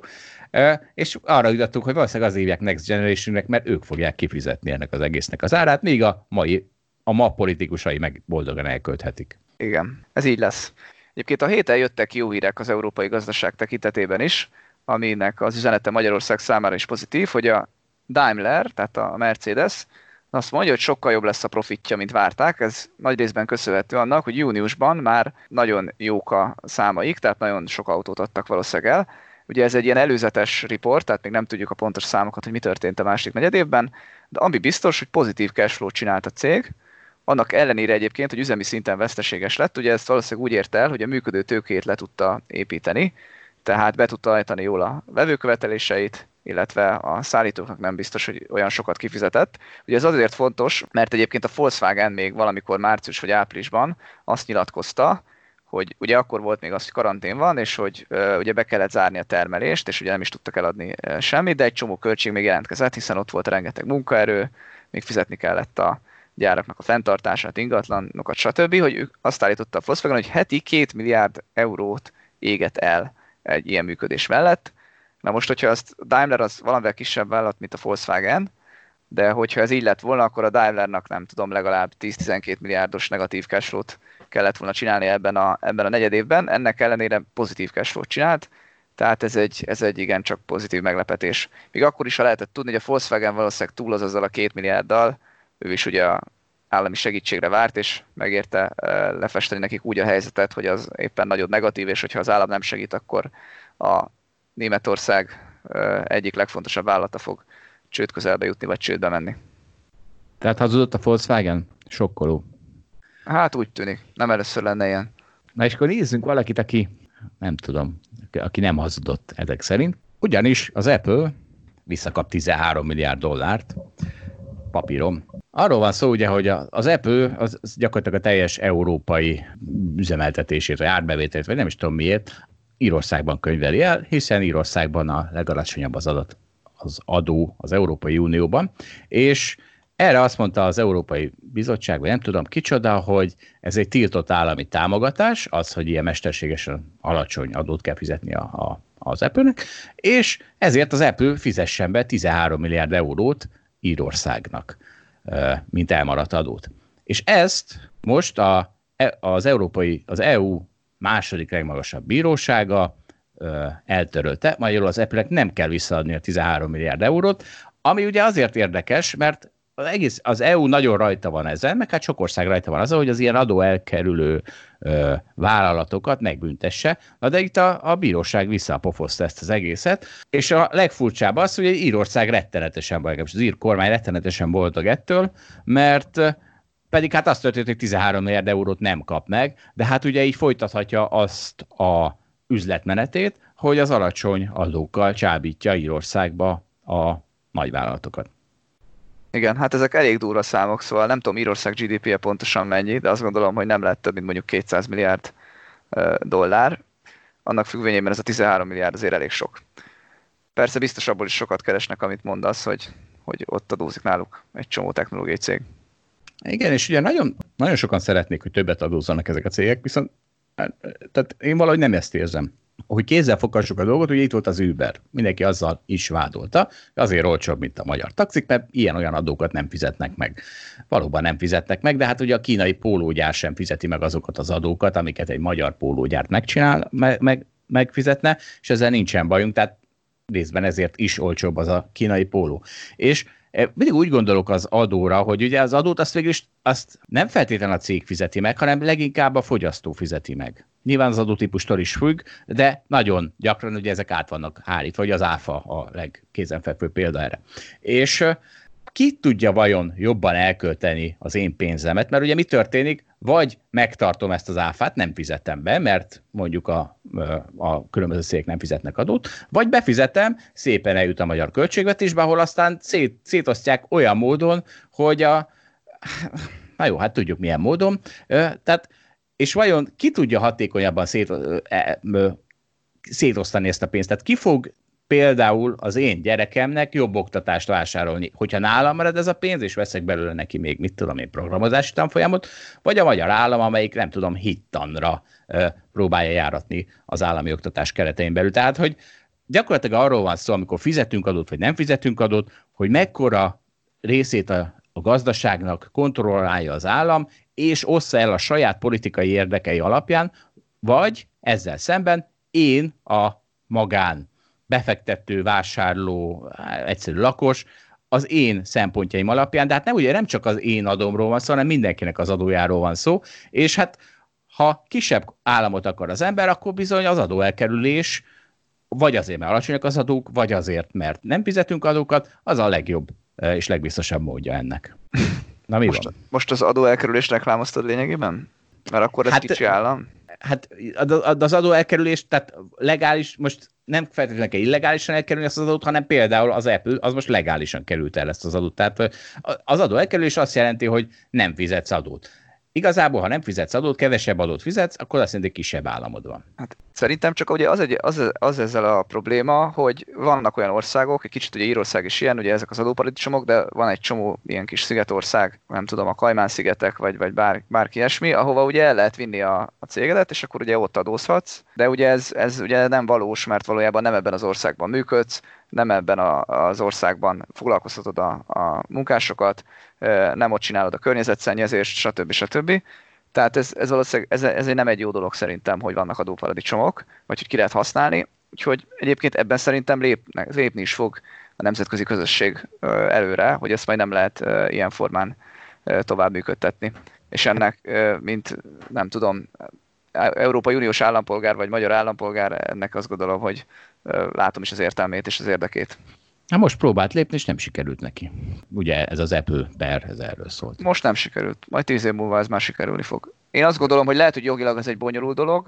és arra jutottunk, hogy valószínűleg azért hívják Next Generation-nek, mert ők fogják kifizetni ennek az egésznek az árát, míg a mai a ma politikusai meg boldogan elkölthetik. Igen, ez így lesz. Egyébként a héten jöttek jó hírek az európai gazdaság tekintetében is, aminek az üzenete Magyarország számára is pozitív, hogy a Daimler, tehát a Mercedes, azt mondja, hogy sokkal jobb lesz a profitja, mint várták. Ez nagy részben köszönhető annak, hogy júniusban már nagyon jók a számaik, tehát nagyon sok autót adtak valószínűleg el. Ugye ez egy ilyen előzetes report, tehát még nem tudjuk a pontos számokat, hogy mi történt a második negyedévben, de ami biztos, hogy pozitív cashflow-t csinált a cég, annak ellenére egyébként, hogy üzemi szinten veszteséges lett, ugye ezt valószínűleg úgy ért el, hogy a működő tőkét le tudta építeni, tehát be tudta állítani jól a vevőköveteléseit, illetve a szállítóknak nem biztos, hogy olyan sokat kifizetett. Ugye ez azért fontos, mert egyébként a Volkswagen még valamikor március vagy áprilisban azt nyilatkozta, hogy ugye akkor volt még az, hogy karantén van, és hogy uh, ugye be kellett zárni a termelést, és ugye nem is tudtak eladni uh, semmit, de egy csomó költség még jelentkezett, hiszen ott volt rengeteg munkaerő, még fizetni kellett a gyáraknak a fenntartását, ingatlanokat, stb., hogy ők azt állította a Volkswagen, hogy heti két milliárd eurót éget el egy ilyen működés mellett. Na most, hogyha azt Daimler az valamivel kisebb vállalat, mint a Volkswagen, de hogyha ez így lett volna, akkor a Daimlernak nem tudom, legalább tíz-tizenkét milliárdos negatív cashflow-t kellett volna csinálni ebben a, ebben a negyed évben. Ennek ellenére pozitív cashflow-t csinált, tehát ez egy, ez egy igencsak pozitív meglepetés. Még akkor is, ha lehetett tudni, hogy a Volkswagen valószínűleg túl az azzal a két milliárddal, ő is ugye a állami segítségre várt, és megérte lefesteni nekik úgy a helyzetet, hogy az éppen nagyon negatív, és hogyha az állam nem segít, akkor a Németország egyik legfontosabb vállalata fog csőd közelbe jutni, vagy csődbe menni. Tehát hazudott a Volkswagen? Sokkoló. Hát úgy tűnik. Nem először lenne ilyen. Na és akkor nézzünk valakit, aki nem tudom, aki nem hazudott ezek szerint. Ugyanis az Apple visszakap tizenhárom milliárd dollárt papírom. Arról van szó ugye, hogy az Apple az gyakorlatilag a teljes európai üzemeltetését, vagy árbevételét, vagy nem is tudom miért, Írországban könyveli el, hiszen Írországban a legalacsonyabb az adat, az adó az Európai Unióban, és erre azt mondta az Európai Bizottság, vagy nem tudom kicsoda, hogy ez egy tiltott állami támogatás, az, hogy ilyen mesterségesen alacsony adót kell fizetni a, a, az Apple-nek, és ezért az Apple fizessen be tizenhárom milliárd eurót Írországnak, mint elmaradt adót. És ezt most a, az, Európai, az é u második legmagasabb bírósága eltörölte, magyarul az Apple-nek nem kell visszaadni a tizenhárom milliárd eurót, ami ugye azért érdekes, mert az, egész, az é u nagyon rajta van ezen, meg hát sok ország rajta van azon, hogy az ilyen adó elkerülő ö, vállalatokat megbüntesse. Na de itt a, a bíróság visszapofozta ezt az egészet, és a legfurcsább az, hogy Írország rettenetesen boldog, az ír kormány rettenetesen boldog ettől, mert pedig hát azt történt, hogy tizenhárom milliárd eurót nem kap meg, de hát ugye így folytathatja azt a üzletmenetét, hogy az alacsony adókkal csábítja Írországba a nagyvállalatokat. Igen, hát ezek elég durva számok, szóval nem tudom Írország gé dé pé-je pontosan mennyi, de azt gondolom, hogy nem lehet több, mint mondjuk kétszáz milliárd dollár. Annak függvényében ez a tizenhárom milliárd azért elég sok. Persze biztos abból is sokat keresnek, amit mondasz, hogy, hogy ott adózik náluk egy csomó technológiai cég. Igen, és ugye nagyon, nagyon sokan szeretnék, hogy többet adózzanak ezek a cégek, viszont tehát én valahogy nem ezt érzem. Hogy kézzel foghassuk a dolgot, ugye itt volt az Uber. Mindenki azzal is vádolta, azért olcsóbb, mint a magyar taxik, mert ilyen-olyan adókat nem fizetnek meg. Valóban nem fizetnek meg, de hát ugye a kínai pólógyár sem fizeti meg azokat az adókat, amiket egy magyar pólógyárt megcsinál, meg, meg, megfizetne, és ezzel nincsen bajunk, tehát részben ezért is olcsóbb az a kínai póló. És mindig úgy gondolok az adóra, hogy ugye az adót azt végül is azt nem feltétlenül a cég fizeti meg, hanem leginkább a fogyasztó fizeti meg. Nyilván az adótípustól is függ, de nagyon gyakran ugye ezek át vannak hárítva, vagy az áfa a legkézenfekvő példa erre. És ki tudja vajon jobban elkölteni az én pénzemet, mert ugye mi történik, vagy megtartom ezt az áfát, nem fizetem be, mert mondjuk a, a különböző cégek nem fizetnek adót, vagy befizetem, szépen eljut a magyar költségvetésbe, ahol aztán szét, szétosztják olyan módon, hogy a, na jó, hát tudjuk milyen módon, tehát, és vajon ki tudja hatékonyabban szét, szétosztani ezt a pénzt, tehát ki fog például az én gyerekemnek jobb oktatást vásárolni, hogyha nálam marad ez a pénz, és veszek belőle neki még, mit tudom én, programozási tanfolyamot, vagy a magyar állam, amelyik nem tudom, hittanra ö, próbálja járatni az állami oktatás keretein belül. Tehát, hogy gyakorlatilag arról van szó, amikor fizetünk adót, vagy nem fizetünk adót, hogy mekkora részét a, a gazdaságnak kontrollálja az állam, és ossza el a saját politikai érdekei alapján, vagy ezzel szemben én a magán befektető, vásárló, egyszerű lakos, az én szempontjaim alapján, de hát nem, ugye nem csak az én adómról van szó, hanem mindenkinek az adójáról van szó, és hát ha kisebb államot akar az ember, akkor bizony az adóelkerülés, vagy azért, mert alacsonyak az adók, vagy azért, mert nem fizetünk adókat, az a legjobb és legbiztosabb módja ennek. Na mi most, van? Most az adóelkerülést reklámoztad lényegében? Mert akkor ez hát, kicsi állam? Hát az adóelkerülés, tehát legális, most nem feltétlenül kell illegálisan elkerülni ezt az adót, hanem például az Apple, az most legálisan került el ezt az adót. Tehát az adóelkerülés azt jelenti, hogy nem fizetsz adót. Igazából, ha nem fizetsz adót, kevesebb adót fizetsz, akkor azt jelenti, hogy kisebb államod van. Hát, szerintem csak ugye az, egy, az, az ezzel a probléma, hogy vannak olyan országok, egy kicsit ugye Írország is ilyen, ugye ezek az adóparadicsomok, de van egy csomó ilyen kis szigetország, nem tudom, a Kajmán-szigetek, vagy, vagy bár, bárki ilyesmi, ahova ugye el lehet vinni a, a cégedet, és akkor ugye ott adózhatsz, de ugye ez, ez ugye nem valós, mert valójában nem ebben az országban működsz, nem ebben a, az országban foglalkoztatod a, a munkásokat, nem ott csinálod a környezetszennyezést, stb. stb. Tehát ez, ez valószínűleg ez, ez nem egy jó dolog szerintem, hogy vannak adóparadicsomok, vagy hogy ki lehet használni. Úgyhogy egyébként ebben szerintem lépnek, lépni is fog a nemzetközi közösség előre, hogy ezt majd nem lehet ilyen formán tovább működtetni. És ennek, mint nem tudom, Európai Uniós állampolgár vagy magyar állampolgár, ennek azt gondolom, hogy látom is az értelmét és az érdekét. Hát most próbált lépni, és nem sikerült neki. Ugye ez az Apple per, ez erről szólt. Most nem sikerült, majd tíz év múlva ez már sikerülni fog. Én azt gondolom, hogy lehet, hogy jogilag ez egy bonyolult dolog,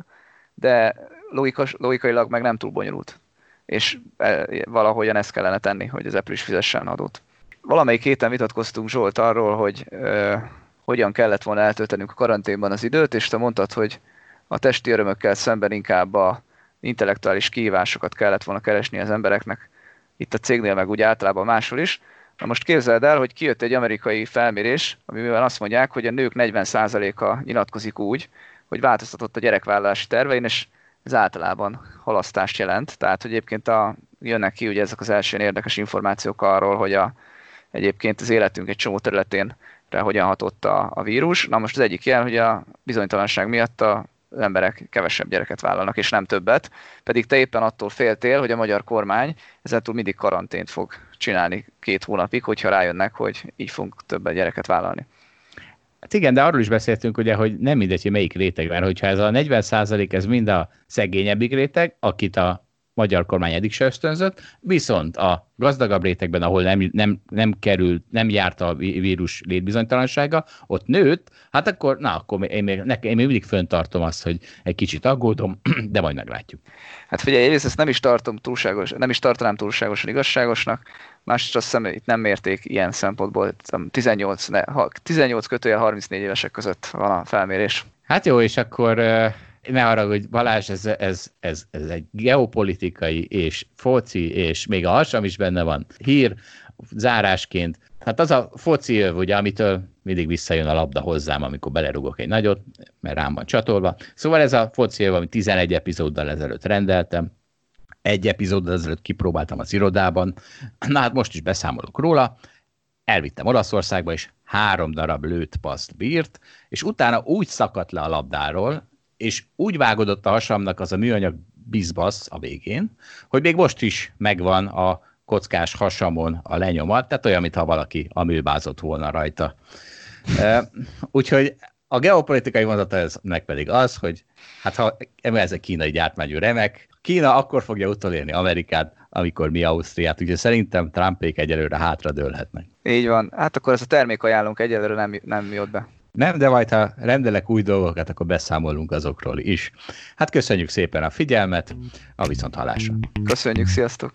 de logikas, logikailag meg nem túl bonyolult. És valahogyan ezt kellene tenni, hogy az Apple is fizessen adót. Valamelyik héten vitatkoztunk, Zsolt, arról, hogy ö, hogyan kellett volna eltöltenünk a karanténban az időt, és te mondtad, hogy a testi örömökkel szemben inkább a intellektuális kihívásokat kellett volna keresni az embereknek, itt a cégnél, meg úgy általában máshol is. Na most képzeld el, hogy kijött egy amerikai felmérés, amiben azt mondják, hogy a nők negyven százaléka nyilatkozik úgy, hogy változtatott a gyerekvállalási tervein, és ez általában halasztást jelent. Tehát, hogy egyébként a, jönnek ki ugye ezek az első érdekes információk arról, hogy a, egyébként az életünk egy csomó területén hogyan hatott a, a vírus. Na most az egyik ilyen, hogy a bizonytalanság miatt a az emberek kevesebb gyereket vállalnak, és nem többet, pedig te éppen attól féltél, hogy a magyar kormány ezentúl mindig karantént fog csinálni két hónapig, hogyha rájönnek, hogy így fogunk többet gyereket vállalni. Hát igen, de arról is beszéltünk, ugye, hogy nem mindegy, hogy melyik réteg, mert hogyha ez a negyven százalék, ez mind a szegényebbik réteg, akit a magyar kormány eddig se ösztönzött, viszont a gazdagabb rétegben, ahol nem, nem, nem került, nem járt a vírus létbizonytalansága, ott nőtt, hát akkor, na, akkor én még, nekem, én még mindig föntartom azt, hogy egy kicsit aggódom, de majd meglátjuk. Hát figyelj, egyrészt ezt nem is tartom túlságos, nem is tartanám túlságosan igazságosnak, másrészt azt hiszem, itt nem mérték ilyen szempontból, tizennyolc, ne, tizennyolc kötőjel harmincnégy évesek között van a felmérés. Hát jó, és akkor ne haragudj, Balázs, ez, ez, ez, ez egy geopolitikai és foci, és még a hasam is benne van. Hír zárásként. Hát az a foci öv, ugye, amitől mindig visszajön a labda hozzám, amikor belerugok egy nagyot, mert rám van csatolva. Szóval ez a foci öv, amit tizenegy epizóddal ezelőtt rendeltem, egy epizóddal ezelőtt kipróbáltam az irodában, na hát most is beszámolok róla, elvittem Olaszországba, és három darab lőtt paszt bírt, és utána úgy szakadt le a labdáról, és úgy vágódott a hasamnak az a műanyag bizbasz a végén, hogy még most is megvan a kockás hasamon a lenyomat, tehát olyan, mintha valaki amőbázott volna rajta. Úgyhogy a geopolitikai vonzata ennek pedig az, hogy hát ha ez a kínai gyártmányú remek, Kína akkor fogja utolérni Amerikát, amikor mi Ausztriát, úgyhogy szerintem Trumpék egyelőre hátradőlhetnek. Így van, hát akkor ez a termékajánlónk egyelőre nem, nem jött be. Nem, de majd ha rendelek új dolgokat, akkor beszámolunk azokról is. Hát köszönjük szépen a figyelmet, a viszonthallásra. Köszönjük, sziasztok!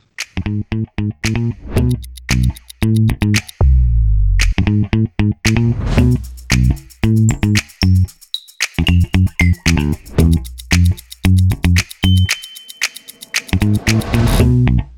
Thank you.